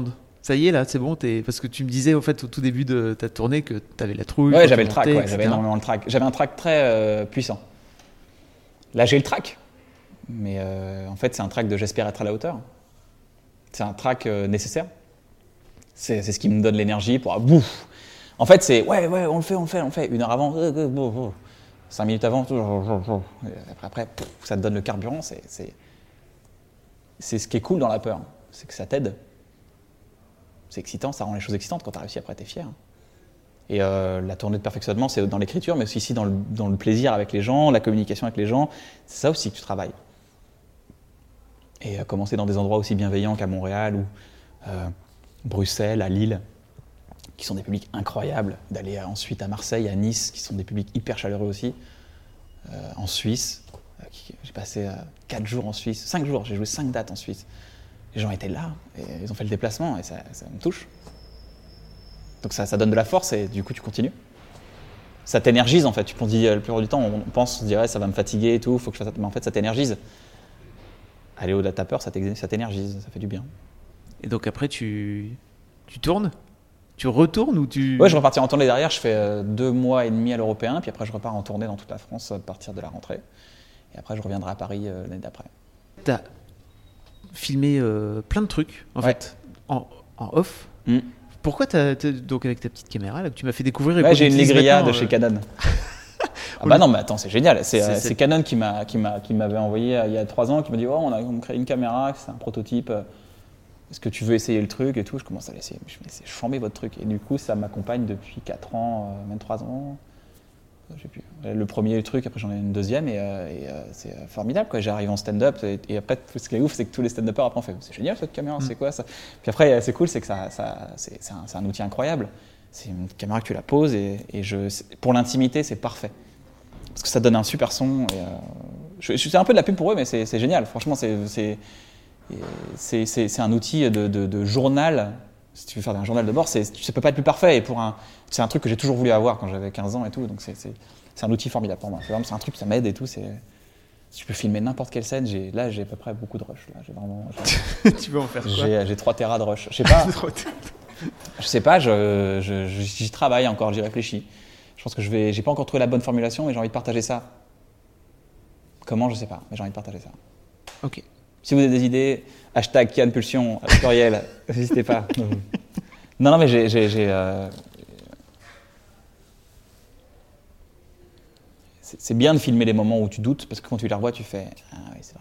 Ça y est là, c'est bon, parce que tu me disais au fait au tout début de ta tournée que tu avais la trouille. Ouais, j'avais le trac, j'avais énormément le trac. J'avais un trac très puissant. Là, j'ai le trac. Mais en fait, c'est un trac de j'espère être à la hauteur. C'est un trac nécessaire. C'est ce qui me donne l'énergie pour bouf. En fait, c'est ouais, on le fait. 1 heure avant, 5 minutes avant, après, ça te donne le carburant. C'est ce qui est cool dans la peur, c'est que ça t'aide. C'est excitant, ça rend les choses excitantes. Quand tu as réussi, après, tu es fier. Et la tournée de perfectionnement, c'est dans l'écriture, mais aussi ici dans le plaisir avec les gens, la communication avec les gens. C'est ça aussi que tu travailles. Et commencer dans des endroits aussi bienveillants qu'à Montréal ou Bruxelles, à Lille, qui sont des publics incroyables, d'aller ensuite à Marseille, à Nice, qui sont des publics hyper chaleureux aussi, en Suisse. J'ai passé 4 jours en Suisse, 5 jours, j'ai joué 5 dates en Suisse. Les gens étaient là, et ils ont fait le déplacement, et ça me touche. Donc ça donne de la force, et du coup tu continues. Ça t'énergise en fait, tu dis la plupart du temps, on pense, on se dirait ça va me fatiguer et tout, faut que je fasse ça, mais en fait ça t'énergise. Aller au-delà de ta peur, ça t'énergise, ça fait du bien. Et donc après tu tournes ? Tu retournes ou tu... Ouais, je repartis en tournée derrière, je fais 2 mois et demi à l'Européen, puis après je repars en tournée dans toute la France à partir de la rentrée. Et après je reviendrai à Paris l'année d'après. T'as filmé plein de trucs en fait, en off. Pourquoi donc avec ta petite caméra là, que tu m'as fait découvrir... Ouais, j'ai une Legria de chez Canon. Ah bah non, mais attends, c'est génial. C'est Canon qui m'avait envoyé il y a 3 ans, qui m'a dit oh, on crée une caméra, c'est un prototype. Est-ce que tu veux essayer le truc et tout ? Je commence à l'essayer. Je me dis, c'est chambé votre truc. Et du coup, ça m'accompagne depuis 4 ans, même 3 ans. Je sais plus. Le premier truc, après j'en ai une deuxième et c'est formidable, quoi. J'arrive en stand-up et après, ce qui est ouf, c'est que tous les stand-uppers après on fait c'est génial cette caméra, c'est quoi ça ? Puis après, c'est cool, c'est que c'est un outil incroyable. C'est une caméra que tu la poses et pour l'intimité, c'est parfait. Parce que ça donne un super son. C'est un peu de la pub pour eux, mais c'est génial. Franchement, c'est un outil de journal. Si tu veux faire un journal de bord, ça ne peut pas être plus parfait. Et c'est un truc que j'ai toujours voulu avoir quand j'avais 15 ans et tout. Donc c'est un outil formidable pour moi. C'est un truc, ça m'aide et tout. Si je peux filmer n'importe quelle scène, j'ai à peu près beaucoup de rush. Là, tu veux en faire quoi ? J'ai 3 terras de rush. Je sais pas, j'y travaille encore, j'y réfléchis. Je pense que j'ai pas encore trouvé la bonne formulation, mais j'ai envie de partager ça. Comment, je sais pas, mais j'ai envie de partager ça. Ok. Si vous avez des idées, hashtag Kian Pulsion, pluriel, n'hésitez pas. Non, mais c'est bien de filmer les moments où tu doutes, parce que quand tu les revois, tu fais « Ah oui, c'est vrai ».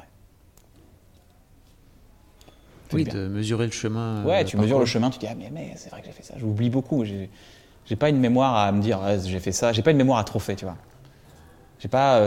Oui, de mesurer le chemin. Ouais, tu mesures le chemin, tu dis « Ah mais c'est vrai que j'ai fait ça ». J'oublie beaucoup, j'ai pas une mémoire à me dire ah, « J'ai fait ça ». J'ai pas une mémoire à trophée, tu vois. J'ai pas...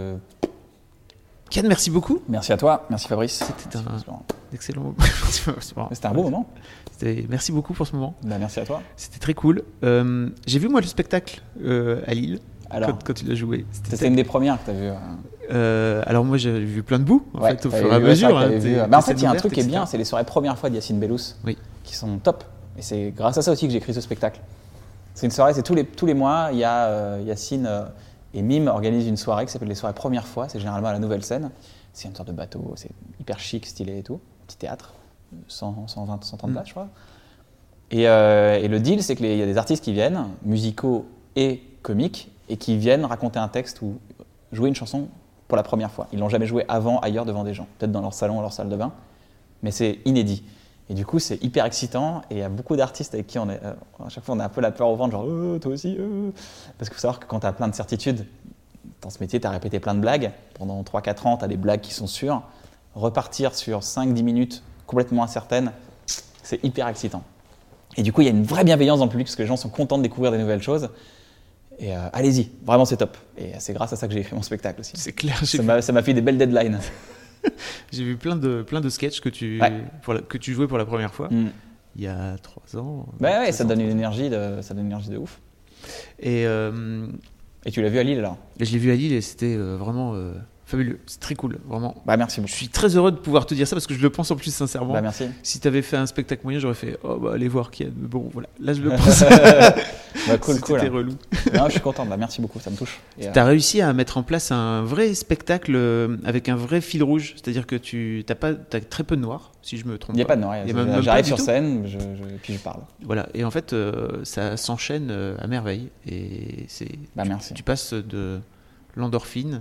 Kian, merci beaucoup. Merci à toi, merci Fabrice. C'était un excellent moment. C'était un beau moment. Merci beaucoup pour ce moment. Bah, merci à toi. C'était très cool. J'ai vu moi le spectacle à Lille. Alors, quand tu l'as joué. C'était une des premières que tu as vu. Alors moi j'ai vu plein de bouts en fait, au fur et à mesure. En fait, il y a un truc qui est bien, c'est les soirées première fois de Yacine Bellous, qui sont top. Et c'est grâce à ça aussi que j'ai écrit ce spectacle. C'est une soirée, c'est tous les mois, il y a Yacine et Mime organisent une soirée qui s'appelle les soirées première fois. C'est généralement à la Nouvelle Scène. C'est une sorte de bateau, c'est hyper chic, stylé et tout. Petit théâtre, 120, 130 places, je crois. Et le deal, c'est qu'il y a des artistes qui viennent, musicaux et comiques, et qui viennent raconter un texte ou jouer une chanson pour la première fois. Ils l'ont jamais joué avant, ailleurs, devant des gens. Peut-être dans leur salon, leur salle de bain. Mais c'est inédit. Et du coup, c'est hyper excitant. Et il y a beaucoup d'artistes avec qui à chaque fois, on a un peu la peur au ventre, genre toi aussi. Parce qu'il faut savoir que quand tu as plein de certitudes, dans ce métier, tu as répété plein de blagues. Pendant 3-4 ans, tu as des blagues qui sont sûres. Repartir sur 5-10 minutes complètement incertaines, c'est hyper excitant. Et du coup, il y a une vraie bienveillance dans le public parce que les gens sont contents de découvrir des nouvelles choses. Et allez-y, vraiment c'est top. Et c'est grâce à ça que j'ai écrit mon spectacle aussi. C'est clair. Ça m'a fait des belles deadlines. J'ai vu plein de sketchs que tu jouais pour la première fois il y a 3 ans. Ouais, ça donne une énergie de ouf. Et tu l'as vu à Lille alors ? Je l'ai vu à Lille et c'était vraiment fabuleux. C'est très cool, vraiment. Bah merci beaucoup. Je suis très heureux de pouvoir te dire ça parce que je le pense en plus sincèrement. Bah merci. Si tu avais fait un spectacle moyen, j'aurais fait allez voir Kian. Mais bon, voilà. Là, je le pense. Bah cool. C'était relou. Non, je suis content. Bah merci beaucoup, ça me touche. Tu as réussi à mettre en place un vrai spectacle avec un vrai fil rouge. C'est-à-dire que tu as très peu de noir, si je me trompe pas. Il n'y a pas de noir. J'arrive sur scène, puis je parle. Voilà. Et en fait, ça s'enchaîne à merveille. Et merci. Tu passes de l'endorphine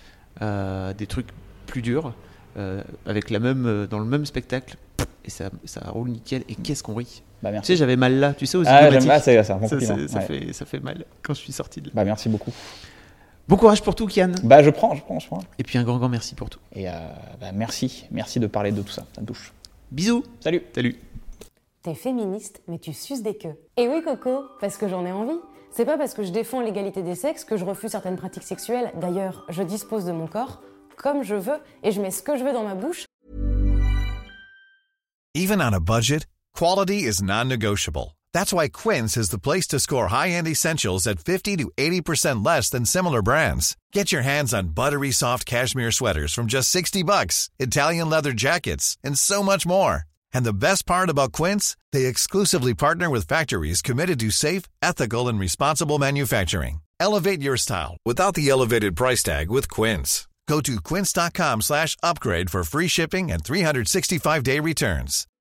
des trucs plus durs avec dans le même spectacle et ça roule nickel et qu'est-ce qu'on rit. Merci. Tu sais, j'avais mal là, tu sais, aux idiomatique. C'est un bon compliment. Ça fait mal quand je suis sorti de là. Bah merci beaucoup. Bon courage pour tout, Kian. Bah je prends. Et puis un grand merci pour tout. Et merci de parler de tout ça, ça me touche. Bisous. Salut. T'es féministe, mais tu suces des queues. Et oui Coco, parce que j'en ai envie. C'est pas parce que je défends l'égalité des sexes que je refuse certaines pratiques sexuelles. D'ailleurs, je dispose de mon corps comme je veux et je mets ce que je veux dans ma bouche. Even on a budget, quality is non-negotiable. That's why Quince is the place to score high-end essentials at 50 to 80% less than similar brands. Get your hands on buttery soft cashmere sweaters from just $60, Italian leather jackets, and so much more. And the best part about Quince, they exclusively partner with factories committed to safe, ethical, and responsible manufacturing. Elevate your style without the elevated price tag with Quince. Go to quince.com/upgrade for free shipping and 365-day returns.